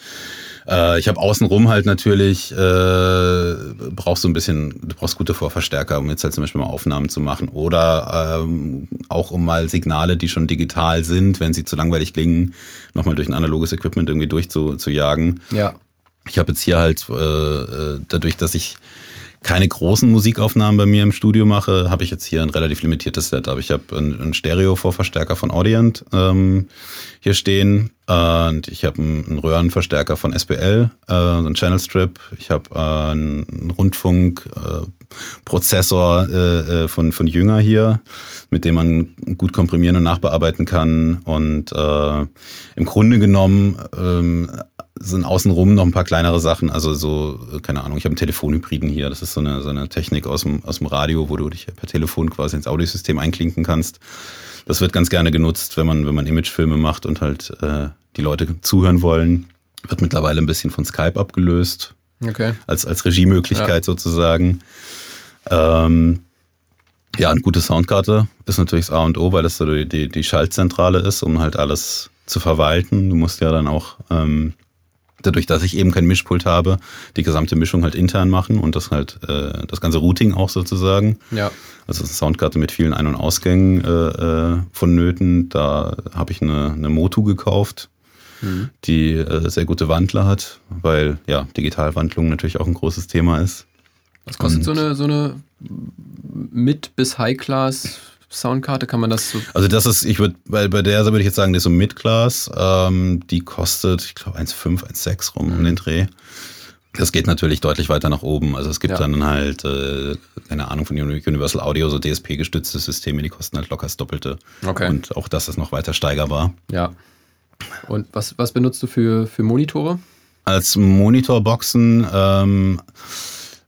Äh, ich habe außenrum halt natürlich, äh, brauchst du ein bisschen, du brauchst gute Vorverstärker, um jetzt halt zum Beispiel mal Aufnahmen zu machen oder ähm, auch um mal Signale, die schon digital sind, wenn sie zu langweilig klingen, nochmal durch ein analoges Equipment irgendwie durchzujagen. Ja. Ich habe jetzt hier halt, äh, dadurch, dass ich keine großen Musikaufnahmen bei mir im Studio mache, habe ich jetzt hier ein relativ limitiertes Setup. Ich habe einen, einen Stereo-Vorverstärker von Audient ähm, hier stehen und ich habe einen, einen Röhrenverstärker von S P L, äh, einen Channel Strip. Ich habe äh, einen Rundfunkprozessor äh, äh, von, von Jünger hier, mit dem man gut komprimieren und nachbearbeiten kann. Und äh, im Grunde genommen ähm, sind außenrum noch ein paar kleinere Sachen, also so, keine Ahnung, ich habe einen Telefonhybriden hier, das ist so eine, so eine Technik aus dem, aus dem Radio, wo du dich per Telefon quasi ins Audiosystem einklinken kannst. Das wird ganz gerne genutzt, wenn man, wenn man Imagefilme macht und halt äh, die Leute zuhören wollen. Wird mittlerweile ein bisschen von Skype abgelöst, okay. als, als Regiemöglichkeit ja. sozusagen. Ähm, ja, eine gute Soundkarte ist natürlich das A und O, weil das so die, die, die Schaltzentrale ist, um halt alles zu verwalten. Du musst ja dann auch ähm, dadurch, dass ich eben kein Mischpult habe, die gesamte Mischung halt intern machen und das halt äh, das ganze Routing auch sozusagen. Ja. Also eine Soundkarte mit vielen Ein- und Ausgängen äh, vonnöten. Da habe ich eine, eine Motu gekauft, mhm. die äh, sehr gute Wandler hat, weil ja Digitalwandlung natürlich auch ein großes Thema ist. Was kostet und so eine so eine Mid- bis High-Class Soundkarte, kann man das so? Also das ist, ich würde, bei, bei der würde ich jetzt sagen, die ist so Mid-Class, ähm, die kostet, ich glaube, eins Komma fünf, eins Komma sechs rum mhm. um den Dreh. Das geht natürlich deutlich weiter nach oben. Also es gibt ja. dann halt, äh, keine Ahnung, von Universal Audio, so D S P-gestützte Systeme, die kosten halt locker das Doppelte. Okay. Und auch das ist noch weiter steigerbar. Ja. Und was, was benutzt du für, für Monitore? Als Monitorboxen, ähm,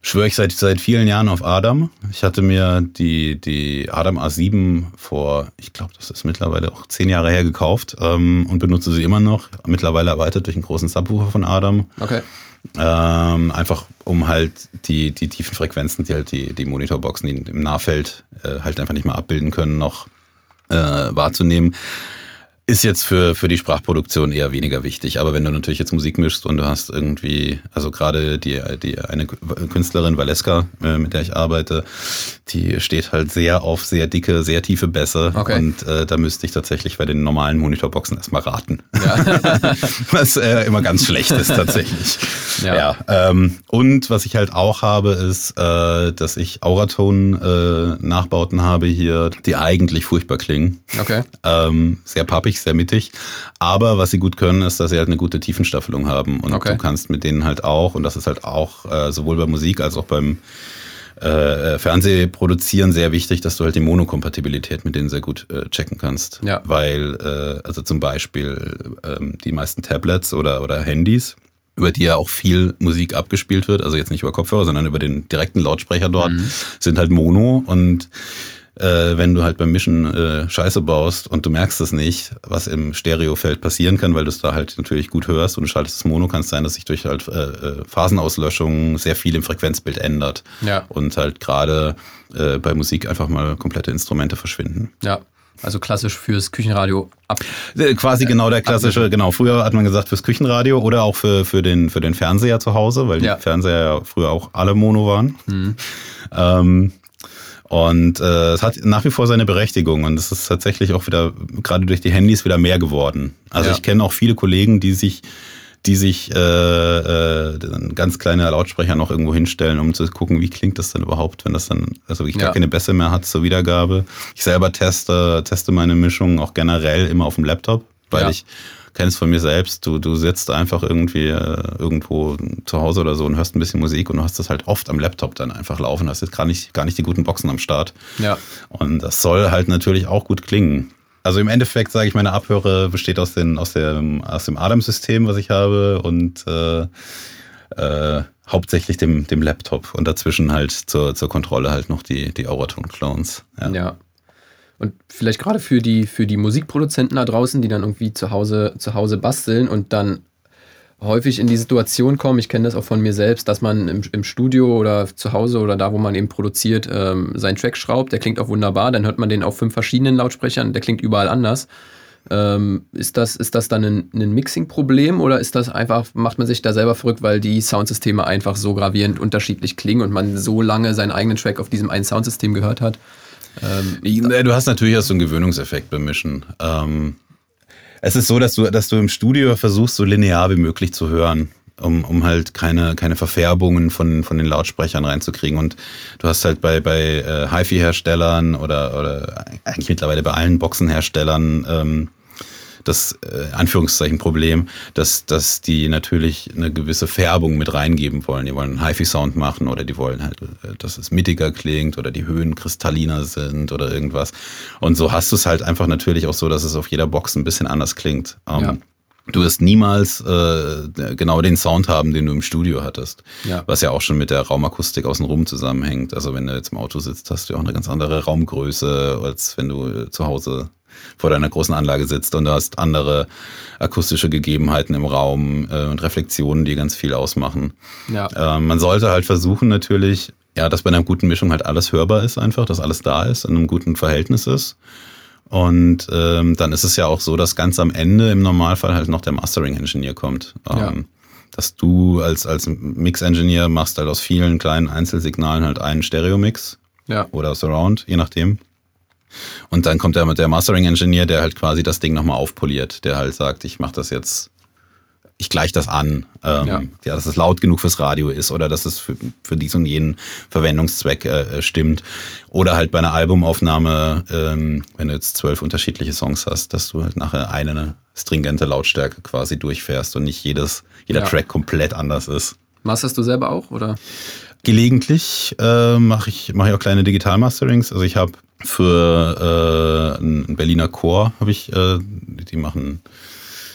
schwöre ich seit, seit vielen Jahren auf Adam. Ich hatte mir die, die Adam A sieben vor, ich glaube, das ist mittlerweile auch zehn Jahre her gekauft ähm, und benutze sie immer noch. Mittlerweile erweitert durch einen großen Subwoofer von Adam. Okay. Ähm, einfach um halt die, die tiefen Frequenzen, die halt die, die Monitorboxen, die im Nahfeld äh, halt einfach nicht mehr abbilden können, noch äh, wahrzunehmen. Ist jetzt für, für die Sprachproduktion eher weniger wichtig. Aber wenn du natürlich jetzt Musik mischst und du hast irgendwie, also gerade die, die eine Künstlerin, Valeska, mit der ich arbeite, die steht halt sehr auf sehr dicke, sehr tiefe Bässe. Okay. Und äh, da müsste ich tatsächlich bei den normalen Monitorboxen erstmal raten. Ja. Was äh, immer ganz schlecht ist tatsächlich. Ja. Ja, ähm, und was ich halt auch habe, ist, äh, dass ich Auraton-Nachbauten äh, habe hier, die eigentlich furchtbar klingen. Okay. Ähm, sehr pappig, sehr mittig. Aber was sie gut können, ist, dass sie halt eine gute Tiefenstaffelung haben. Und okay. du kannst mit denen halt auch, und das ist halt auch äh, sowohl bei Musik als auch beim äh, Fernsehproduzieren sehr wichtig, dass du halt die Monokompatibilität mit denen sehr gut äh, checken kannst. Ja. Weil, äh, also zum Beispiel ähm, die meisten Tablets oder, oder Handys, über die ja auch viel Musik abgespielt wird, also jetzt nicht über Kopfhörer, sondern über den direkten Lautsprecher dort, mhm. sind halt Mono. Und äh, wenn du halt beim Mischen äh, Scheiße baust und du merkst es nicht, was im Stereofeld passieren kann, weil du es da halt natürlich gut hörst und du schaltest das Mono, kann es sein, dass sich durch halt äh, Phasenauslöschung sehr viel im Frequenzbild ändert. Ja. Und halt gerade äh, bei Musik einfach mal komplette Instrumente verschwinden. Ja. Also klassisch fürs Küchenradio ab. Quasi genau der klassische, äh, genau. Früher hat man gesagt fürs Küchenradio oder auch für, für, den, für den Fernseher zu Hause, weil ja. die Fernseher ja früher auch alle Mono waren. Mhm. Ähm, und äh, es hat nach wie vor seine Berechtigung und es ist tatsächlich auch wieder, gerade durch die Handys, wieder mehr geworden. Also ja. ich kenne auch viele Kollegen, die sich die sich äh, äh, ganz kleine Lautsprecher noch irgendwo hinstellen, um zu gucken, wie klingt das denn überhaupt, wenn das dann also wirklich ja. gar keine Bässe mehr hat zur Wiedergabe. Ich selber teste teste meine Mischung auch generell immer auf dem Laptop, weil ja. ich kenne es von mir selbst. Du du sitzt einfach irgendwie äh, irgendwo zu Hause oder so und hörst ein bisschen Musik und du hast das halt oft am Laptop dann einfach laufen. Hast jetzt gar nicht gar nicht die guten Boxen am Start. Ja. Und das soll halt natürlich auch gut klingen. Also im Endeffekt sage ich, meine Abhöre besteht aus, den, aus, dem, aus dem Adam-System, was ich habe und äh, äh, hauptsächlich dem, dem Laptop und dazwischen halt zur, zur Kontrolle halt noch die, die Auraton-Clones. Ja. ja. Und vielleicht gerade für die, für die Musikproduzenten da draußen, die dann irgendwie zu Hause, zu Hause basteln und dann häufig in die Situation kommen, ich kenne das auch von mir selbst, dass man im, im Studio oder zu Hause oder da, wo man eben produziert, ähm, seinen Track schraubt, der klingt auch wunderbar, dann hört man den auf fünf verschiedenen Lautsprechern, der klingt überall anders. Ähm, ist das, ist das dann ein, ein Mixing-Problem oder ist das einfach, macht man sich da selber verrückt, weil die Soundsysteme einfach so gravierend unterschiedlich klingen und man so lange seinen eigenen Track auf diesem einen Soundsystem gehört hat? Ähm, du hast natürlich auch so einen Gewöhnungseffekt beim Mischen. Ähm Es ist so, dass du, dass du im Studio versuchst, so linear wie möglich zu hören, um, um halt keine, keine Verfärbungen von, von den Lautsprechern reinzukriegen. Und du hast halt bei, bei äh, Hi-Fi-Herstellern oder, oder eigentlich mittlerweile bei allen Boxenherstellern ähm, das äh, Anführungszeichen Problem, dass, dass die natürlich eine gewisse Färbung mit reingeben wollen. Die wollen einen Hi-Fi-Sound machen oder die wollen halt, dass es mittiger klingt oder die Höhen kristalliner sind oder irgendwas. Und so hast du es halt einfach natürlich auch so, dass es auf jeder Box ein bisschen anders klingt. Ähm, ja. Du wirst niemals äh, genau den Sound haben, den du im Studio hattest. Ja. Was ja auch schon mit der Raumakustik außenrum zusammenhängt. Also wenn du jetzt im Auto sitzt, hast du auch eine ganz andere Raumgröße, als wenn du zu Hause vor deiner großen Anlage sitzt und du hast andere akustische Gegebenheiten im Raum äh, und Reflexionen, die ganz viel ausmachen. Ja. Äh, man sollte halt versuchen natürlich, ja, dass bei einer guten Mischung halt alles hörbar ist einfach, dass alles da ist, in einem guten Verhältnis ist. Und ähm, dann ist es ja auch so, dass ganz am Ende im Normalfall halt noch der Mastering-Engineer kommt. Ähm, ja. Dass du als, als Mix-Engineer machst halt aus vielen kleinen Einzelsignalen halt einen Stereo-Mix ja. oder Surround, je nachdem. Und dann kommt der, der Mastering-Engineer, der halt quasi das Ding nochmal aufpoliert, der halt sagt, ich mache das jetzt, ich gleiche das an, ähm, ja. ja, dass es laut genug fürs Radio ist oder dass es für, für dies und jenen Verwendungszweck äh, stimmt. Oder halt bei einer Albumaufnahme, ähm, wenn du jetzt zwölf unterschiedliche Songs hast, dass du halt nachher eine stringente Lautstärke quasi durchfährst und nicht jedes, jeder ja. Track komplett anders ist. Masterst du selber auch, oder? Gelegentlich äh, mache ich, mach ich auch kleine Digital-Masterings. Also ich habe für äh, einen Berliner Chor, habe ich, äh, die machen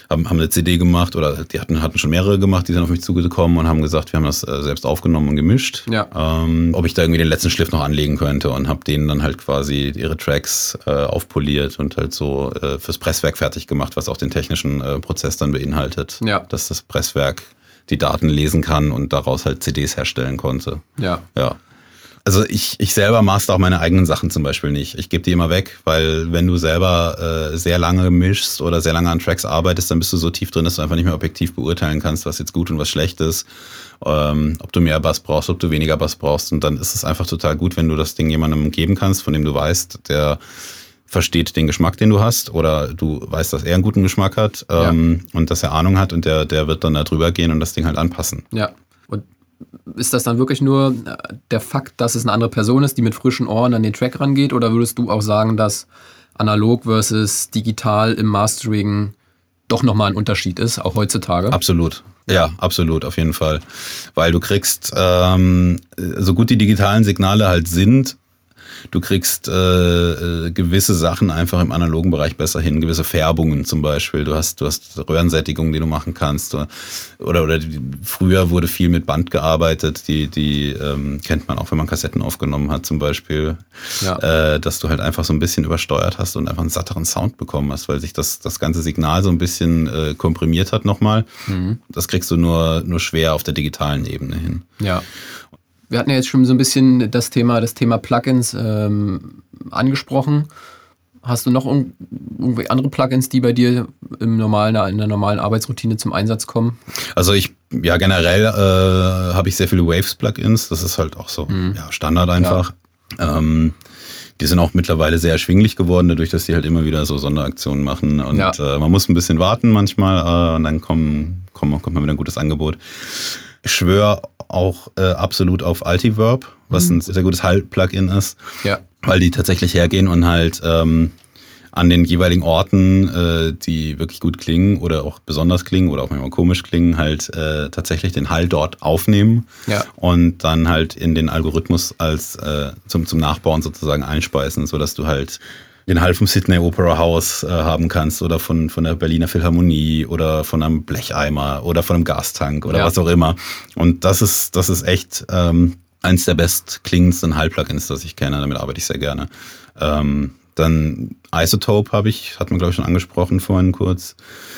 haben, haben eine C D gemacht oder die hatten, hatten schon mehrere gemacht, die sind auf mich zugekommen und haben gesagt, wir haben das äh, selbst aufgenommen und gemischt. Ja. Ähm, ob ich da irgendwie den letzten Schliff noch anlegen könnte und habe denen dann halt quasi ihre Tracks äh, aufpoliert und halt so äh, fürs Presswerk fertig gemacht, was auch den technischen äh, Prozess dann beinhaltet. Ja. Dass das Presswerk die Daten lesen kann und daraus halt C Ds herstellen konnte. Ja. Ja. Also ich, ich selber master auch meine eigenen Sachen zum Beispiel nicht. Ich gebe die immer weg, weil wenn du selber äh, sehr lange mischst oder sehr lange an Tracks arbeitest, dann bist du so tief drin, dass du einfach nicht mehr objektiv beurteilen kannst, was jetzt gut und was schlecht ist. Ähm, ob du mehr Bass brauchst, ob du weniger Bass brauchst. Und dann ist es einfach total gut, wenn du das Ding jemandem geben kannst, von dem du weißt, der versteht den Geschmack, den du hast, oder du weißt, dass er einen guten Geschmack hat ähm, ja. und dass er Ahnung hat und der, der wird dann da drüber gehen und das Ding halt anpassen. Ja. Und ist das dann wirklich nur der Fakt, dass es eine andere Person ist, die mit frischen Ohren an den Track rangeht, oder würdest du auch sagen, dass analog versus digital im Mastering doch nochmal ein Unterschied ist, auch heutzutage? Absolut. Ja, absolut, auf jeden Fall. Weil du kriegst, ähm, so gut die digitalen Signale halt sind, du kriegst äh, äh, gewisse Sachen einfach im analogen Bereich besser hin, gewisse Färbungen zum Beispiel. Du hast, du hast Röhrensättigungen, die du machen kannst. Oder, oder die, früher wurde viel mit Band gearbeitet, die, die ähm, kennt man auch, wenn man Kassetten aufgenommen hat zum Beispiel. Ja. Äh, dass du halt einfach so ein bisschen übersteuert hast und einfach einen satteren Sound bekommen hast, weil sich das, das ganze Signal so ein bisschen äh, komprimiert hat nochmal. Mhm. Das kriegst du nur, nur schwer auf der digitalen Ebene hin. Ja. Wir hatten ja jetzt schon so ein bisschen das Thema, das Thema Plugins ähm, angesprochen. Hast du noch irgendwie andere Plugins, die bei dir im normalen, in der normalen Arbeitsroutine zum Einsatz kommen? Also ich, ja generell äh, habe ich sehr viele Waves-Plugins. Das ist halt auch so mhm. ja, Standard einfach. Ja. Ähm, die sind auch mittlerweile sehr erschwinglich geworden, dadurch, dass die halt immer wieder so Sonderaktionen machen. Und ja. äh, man muss ein bisschen warten manchmal äh, und dann kommen, kommen, kommt man wieder ein gutes Angebot. Ich schwöre auch äh, absolut auf Altiverb, was mhm. ein sehr gutes Halt-Plugin ist, ja. weil die tatsächlich hergehen und halt ähm, an den jeweiligen Orten, äh, die wirklich gut klingen oder auch besonders klingen oder auch manchmal komisch klingen, halt äh, tatsächlich den Hall dort aufnehmen ja. und dann halt in den Algorithmus als äh, zum, zum Nachbauen sozusagen einspeisen, sodass du halt den Hall vom Sydney Opera House äh, haben kannst oder von, von der Berliner Philharmonie oder von einem Blecheimer oder von einem Gastank oder ja. was auch immer. Und das ist, das ist echt ähm, eins der bestklingendsten Hall-Plugins, das ich kenne. Damit arbeite ich sehr gerne. Ähm, dann Isotope habe ich, hat man glaube ich schon angesprochen vorhin kurz.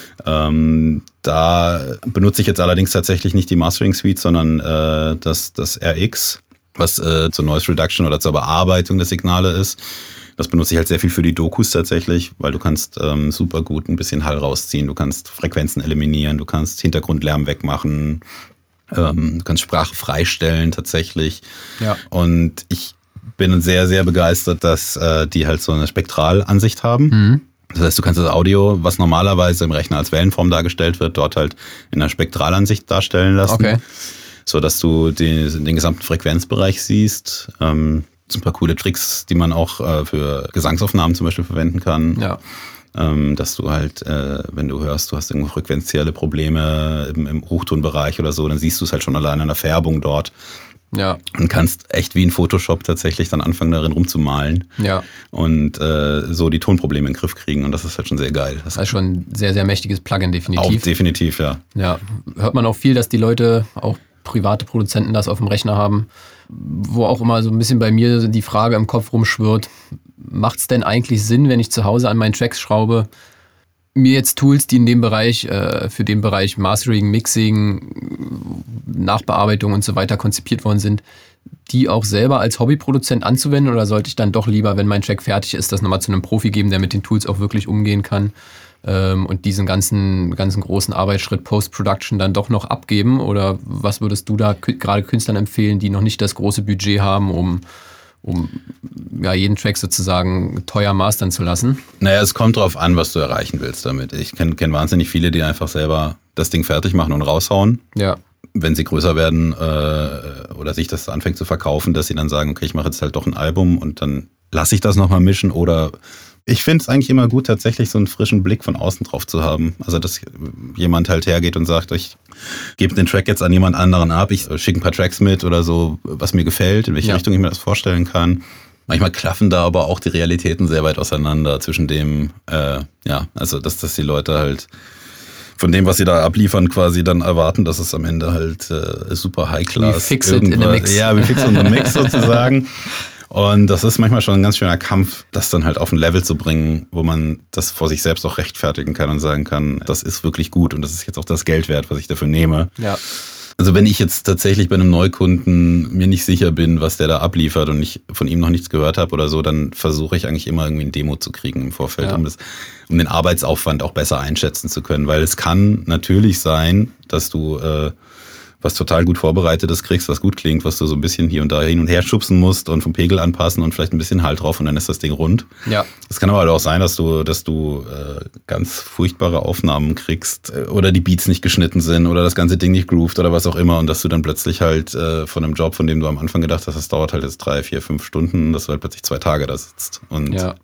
Ähm, da benutze ich jetzt allerdings tatsächlich nicht die Mastering Suite, sondern äh, das, das R X, was äh, zur Noise Reduction oder zur Bearbeitung der Signale ist. Das benutze ich halt sehr viel für die Dokus tatsächlich, weil du kannst ähm, super gut ein bisschen Hall rausziehen, du kannst Frequenzen eliminieren, du kannst Hintergrundlärm wegmachen, ähm, du kannst Sprache freistellen tatsächlich. Ja. Und ich bin sehr, sehr begeistert, dass äh, die halt so eine Spektralansicht haben. Mhm. Das heißt, du kannst das Audio, was normalerweise im Rechner als Wellenform dargestellt wird, dort halt in einer Spektralansicht darstellen lassen. Okay. So dass du den, den gesamten Frequenzbereich siehst. Ähm, ein paar coole Tricks, die man auch äh, für Gesangsaufnahmen zum Beispiel verwenden kann. Ja. Ähm, dass du halt, äh, wenn du hörst, du hast irgendwo frequenzielle Probleme im, im Hochtonbereich oder so, dann siehst du es halt schon allein an der Färbung dort. Ja. Und kannst echt wie in Photoshop tatsächlich dann anfangen, darin rumzumalen. Ja. Und äh, so die Tonprobleme in den Griff kriegen. Und das ist halt schon sehr geil. Das ist schon ein sehr, sehr mächtiges Plugin, definitiv. Auch definitiv, ja. Ja. Hört man auch viel, dass die Leute, auch private Produzenten, das auf dem Rechner haben. Wo auch immer so ein bisschen bei mir die Frage im Kopf rumschwirrt, macht es denn eigentlich Sinn, wenn ich zu Hause an meinen Tracks schraube, mir jetzt Tools, die in dem Bereich, äh, für den Bereich Mastering, Mixing, Nachbearbeitung und so weiter konzipiert worden sind, die auch selber als Hobbyproduzent anzuwenden, oder sollte ich dann doch lieber, wenn mein Track fertig ist, das nochmal zu einem Profi geben, der mit den Tools auch wirklich umgehen kann? Und diesen ganzen, ganzen großen Arbeitsschritt Post-Production dann doch noch abgeben? Oder was würdest du da k- gerade Künstlern empfehlen, die noch nicht das große Budget haben, um, um ja, jeden Track sozusagen teuer mastern zu lassen? Naja, es kommt drauf an, was du erreichen willst damit. Ich kenne kenn wahnsinnig viele, die einfach selber das Ding fertig machen und raushauen. Ja. Wenn sie größer werden äh, oder sich das anfängt zu verkaufen, dass sie dann sagen, okay, ich mache jetzt halt doch ein Album und dann lasse ich das nochmal mischen. Oder ich finde es eigentlich immer gut, tatsächlich so einen frischen Blick von außen drauf zu haben. Also, dass jemand halt hergeht und sagt, ich gebe den Track jetzt an jemand anderen ab, ich schicke ein paar Tracks mit oder so, was mir gefällt, in welche ja. Richtung ich mir das vorstellen kann. Manchmal klaffen da aber auch die Realitäten sehr weit auseinander zwischen dem, äh, ja, also dass, dass die Leute halt von dem, was sie da abliefern, quasi dann erwarten, dass es am Ende halt äh, super High-Class ist. We fix it in the mix. Ja, wir fixen in the mix sozusagen. Und das ist manchmal schon ein ganz schöner Kampf, das dann halt auf ein Level zu bringen, wo man das vor sich selbst auch rechtfertigen kann und sagen kann, das ist wirklich gut und das ist jetzt auch das Geld wert, was ich dafür nehme. Ja. Also wenn ich jetzt tatsächlich bei einem Neukunden mir nicht sicher bin, was der da abliefert und ich von ihm noch nichts gehört habe oder so, dann versuche ich eigentlich immer irgendwie ein Demo zu kriegen im Vorfeld, ja. um, das, um den Arbeitsaufwand auch besser einschätzen zu können. Weil es kann natürlich sein, dass du äh, was total gut Vorbereitetes kriegst, was gut klingt, was du so ein bisschen hier und da hin und her schubsen musst und vom Pegel anpassen und vielleicht ein bisschen Halt drauf und dann ist das Ding rund. Ja. Es kann aber halt auch sein, dass du, dass du äh, ganz furchtbare Aufnahmen kriegst äh, oder die Beats nicht geschnitten sind oder das ganze Ding nicht grooved oder was auch immer und dass du dann plötzlich halt äh, von einem Job, von dem du am Anfang gedacht hast, das dauert halt jetzt drei, vier, fünf Stunden, dass du halt plötzlich zwei Tage da sitzt. Und ja,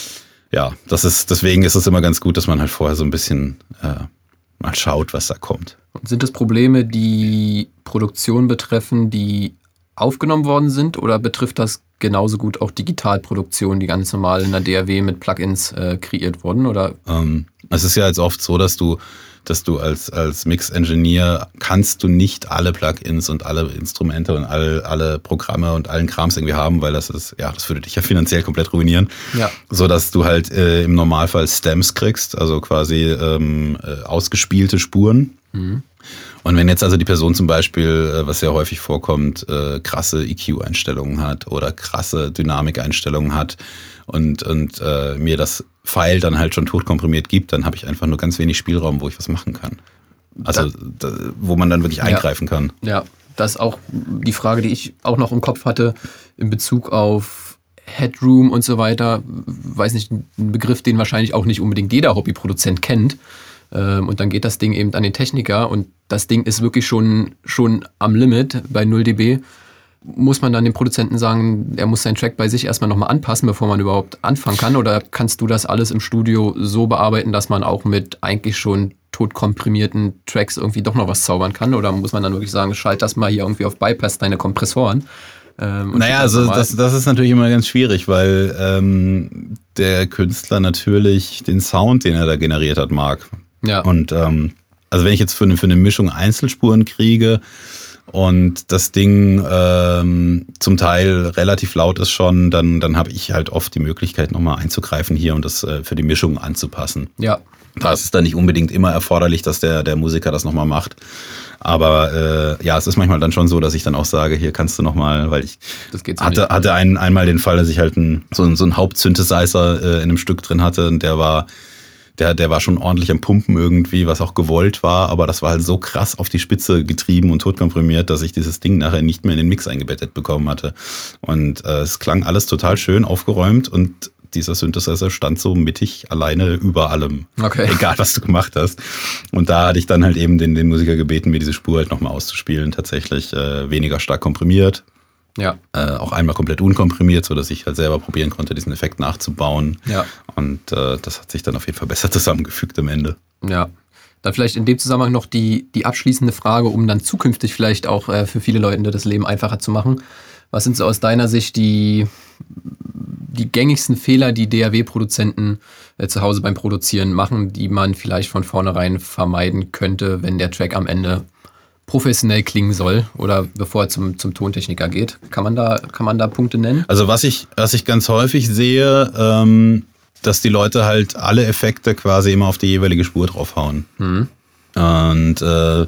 ja das ist, deswegen ist es immer ganz gut, dass man halt vorher so ein bisschen äh, mal schaut, was da kommt. Und sind das Probleme, die Produktion betreffen, die aufgenommen worden sind oder betrifft das genauso gut auch Digitalproduktion, die ganz normal in der D A W mit Plugins äh, kreiert wurden? Oder? Ähm, es ist ja jetzt oft so, dass du, dass du als, als Mix-Engineer kannst du nicht alle Plugins und alle Instrumente und alle, alle Programme und allen Krams irgendwie haben, weil das ist, ja, das würde dich ja finanziell komplett ruinieren. Ja. So dass du halt äh, im Normalfall Stems kriegst, also quasi ähm, äh, ausgespielte Spuren. Mhm. Und wenn jetzt also die Person zum Beispiel, was sehr häufig vorkommt, krasse E Q-Einstellungen hat oder krasse Dynamik-Einstellungen hat und, und äh, mir das File dann halt schon totkomprimiert gibt, dann habe ich einfach nur ganz wenig Spielraum, wo ich was machen kann. Also da, wo man dann wirklich eingreifen ja. kann. Ja, das ist auch die Frage, die ich auch noch im Kopf hatte in Bezug auf Headroom und so weiter. Weiß nicht, ein Begriff, den wahrscheinlich auch nicht unbedingt jeder Hobbyproduzent kennt. Und dann geht das Ding eben an den Techniker und das Ding ist wirklich schon, schon am Limit bei null dB. Muss man dann dem Produzenten sagen, er muss seinen Track bei sich erstmal nochmal anpassen, bevor man überhaupt anfangen kann? Oder kannst du das alles im Studio so bearbeiten, dass man auch mit eigentlich schon totkomprimierten Tracks irgendwie doch noch was zaubern kann? Oder muss man dann wirklich sagen, schalt das mal hier irgendwie auf Bypass, deine Kompressoren? Ähm, naja, also das, das ist natürlich immer ganz schwierig, weil ähm, der Künstler natürlich den Sound, den er da generiert hat, mag. Ja. Und ähm, also wenn ich jetzt für eine, für eine Mischung Einzelspuren kriege und das Ding ähm, zum Teil relativ laut ist schon, dann, dann habe ich halt oft die Möglichkeit, nochmal einzugreifen hier und das äh, für die Mischung anzupassen. Ja. Da ist es dann nicht unbedingt immer erforderlich, dass der, der Musiker das nochmal macht. Aber äh, ja, es ist manchmal dann schon so, dass ich dann auch sage, hier kannst du nochmal, weil ich das geht so hatte, nicht. hatte ein, einmal den Fall, dass ich halt ein, so, ein, so einen Hauptsynthesizer äh, in einem Stück drin hatte und der war Der, der war schon ordentlich am Pumpen irgendwie, was auch gewollt war, aber das war halt so krass auf die Spitze getrieben und totkomprimiert, dass ich dieses Ding nachher nicht mehr in den Mix eingebettet bekommen hatte. Und äh, es klang alles total schön aufgeräumt und dieser Synthesizer stand so mittig alleine über allem, okay. Egal was du gemacht hast. Und da hatte ich dann halt eben den, den Musiker gebeten, mir diese Spur halt nochmal auszuspielen, tatsächlich äh, weniger stark komprimiert. Ja. Äh, auch einmal komplett unkomprimiert, sodass ich halt selber probieren konnte, diesen Effekt nachzubauen. Ja. Und äh, das hat sich dann auf jeden Fall besser zusammengefügt am Ende. Ja. Dann vielleicht in dem Zusammenhang noch die, die abschließende Frage, um dann zukünftig vielleicht auch äh, für viele Leute das Leben einfacher zu machen. Was sind so aus deiner Sicht die, die gängigsten Fehler, die D A W-Produzenten äh, zu Hause beim Produzieren machen, die man vielleicht von vornherein vermeiden könnte, wenn der Track am Ende professionell klingen soll oder bevor er zum, zum Tontechniker geht? Kann man da, kann man da Punkte nennen? Also was ich, was ich ganz häufig sehe, ähm, dass die Leute halt alle Effekte quasi immer auf die jeweilige Spur draufhauen. Mhm. Und äh,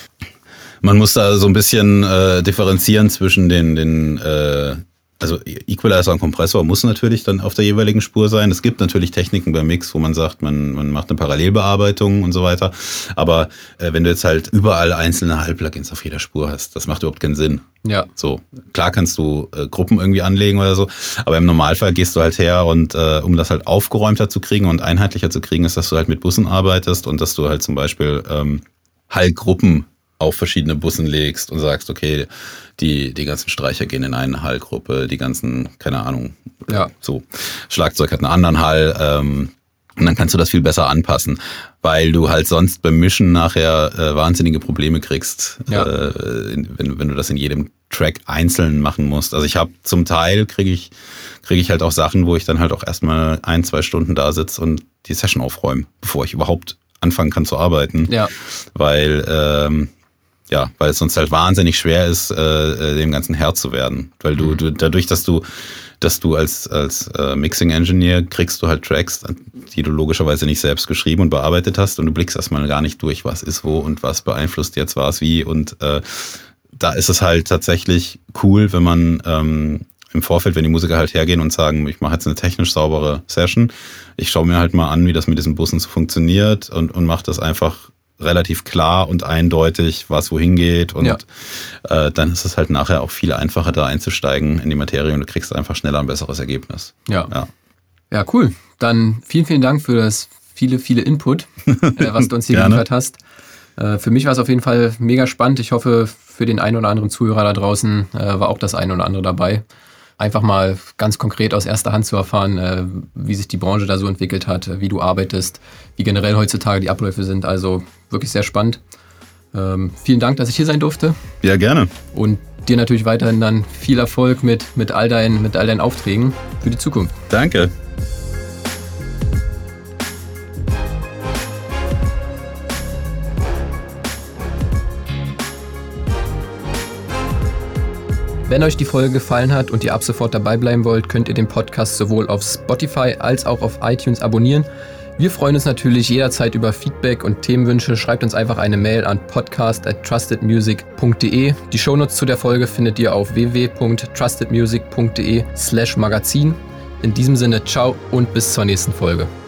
man muss da so ein bisschen äh, differenzieren zwischen den, den äh, also Equalizer und Kompressor muss natürlich dann auf der jeweiligen Spur sein. Es gibt natürlich Techniken beim Mix, wo man sagt, man, man macht eine Parallelbearbeitung und so weiter. Aber äh, wenn du jetzt halt überall einzelne Halbplugins auf jeder Spur hast, das macht überhaupt keinen Sinn. Ja. So, klar kannst du äh, Gruppen irgendwie anlegen oder so, aber im Normalfall gehst du halt her und äh, um das halt aufgeräumter zu kriegen und einheitlicher zu kriegen, ist, dass du halt mit Bussen arbeitest und dass du halt zum Beispiel ähm, Hallgruppen auf verschiedene Bussen legst und sagst, okay, die, die ganzen Streicher gehen in eine Hallgruppe, die ganzen, keine Ahnung, ja. so, Schlagzeug hat einen anderen Hall, ähm, und dann kannst du das viel besser anpassen, weil du halt sonst beim Mischen nachher äh, wahnsinnige Probleme kriegst, ja. äh, wenn, wenn du das in jedem Track einzeln machen musst. Also ich habe zum Teil, kriege ich, kriege ich halt auch Sachen, wo ich dann halt auch erstmal ein, zwei Stunden da sitze und die Session aufräume, bevor ich überhaupt anfangen kann zu arbeiten. Ja. Weil, ähm, ja, weil es sonst halt wahnsinnig schwer ist, äh, dem Ganzen Herr zu werden. Weil du, du dadurch, dass du dass du als, als äh, Mixing-Engineer kriegst du halt Tracks, die du logischerweise nicht selbst geschrieben und bearbeitet hast und du blickst erstmal gar nicht durch, was ist wo und was beeinflusst jetzt was wie und äh, da ist es halt tatsächlich cool, wenn man ähm, im Vorfeld, wenn die Musiker halt hergehen und sagen, ich mache jetzt eine technisch saubere Session, ich schaue mir halt mal an, wie das mit diesen Bussen so funktioniert und, und mache das einfach relativ klar und eindeutig, was wohin geht und ja. äh, dann ist es halt nachher auch viel einfacher, da einzusteigen in die Materie und du kriegst einfach schneller ein besseres Ergebnis. Ja, ja. ja cool. Dann vielen, vielen Dank für das viele, viele Input, äh, was du uns hier geliefert hast. Äh, für mich war es auf jeden Fall mega spannend. Ich hoffe, für den einen oder anderen Zuhörer da draußen äh, war auch das eine oder andere dabei. Einfach mal ganz konkret aus erster Hand zu erfahren, äh, wie sich die Branche da so entwickelt hat, wie du arbeitest, wie generell heutzutage die Abläufe sind. Also wirklich sehr spannend. Ähm, vielen Dank, dass ich hier sein durfte. Ja, gerne. Und dir natürlich weiterhin dann viel Erfolg mit, mit, all deinen, mit all deinen Aufträgen für die Zukunft. Danke. Wenn euch die Folge gefallen hat und ihr ab sofort dabei bleiben wollt, könnt ihr den Podcast sowohl auf Spotify als auch auf iTunes abonnieren. Wir freuen uns natürlich jederzeit über Feedback und Themenwünsche. Schreibt uns einfach eine Mail an podcast at trustedmusic punkt de. Die Shownotes zu der Folge findet ihr auf w w w punkt trustedmusic punkt de slash magazin. In diesem Sinne, ciao und bis zur nächsten Folge.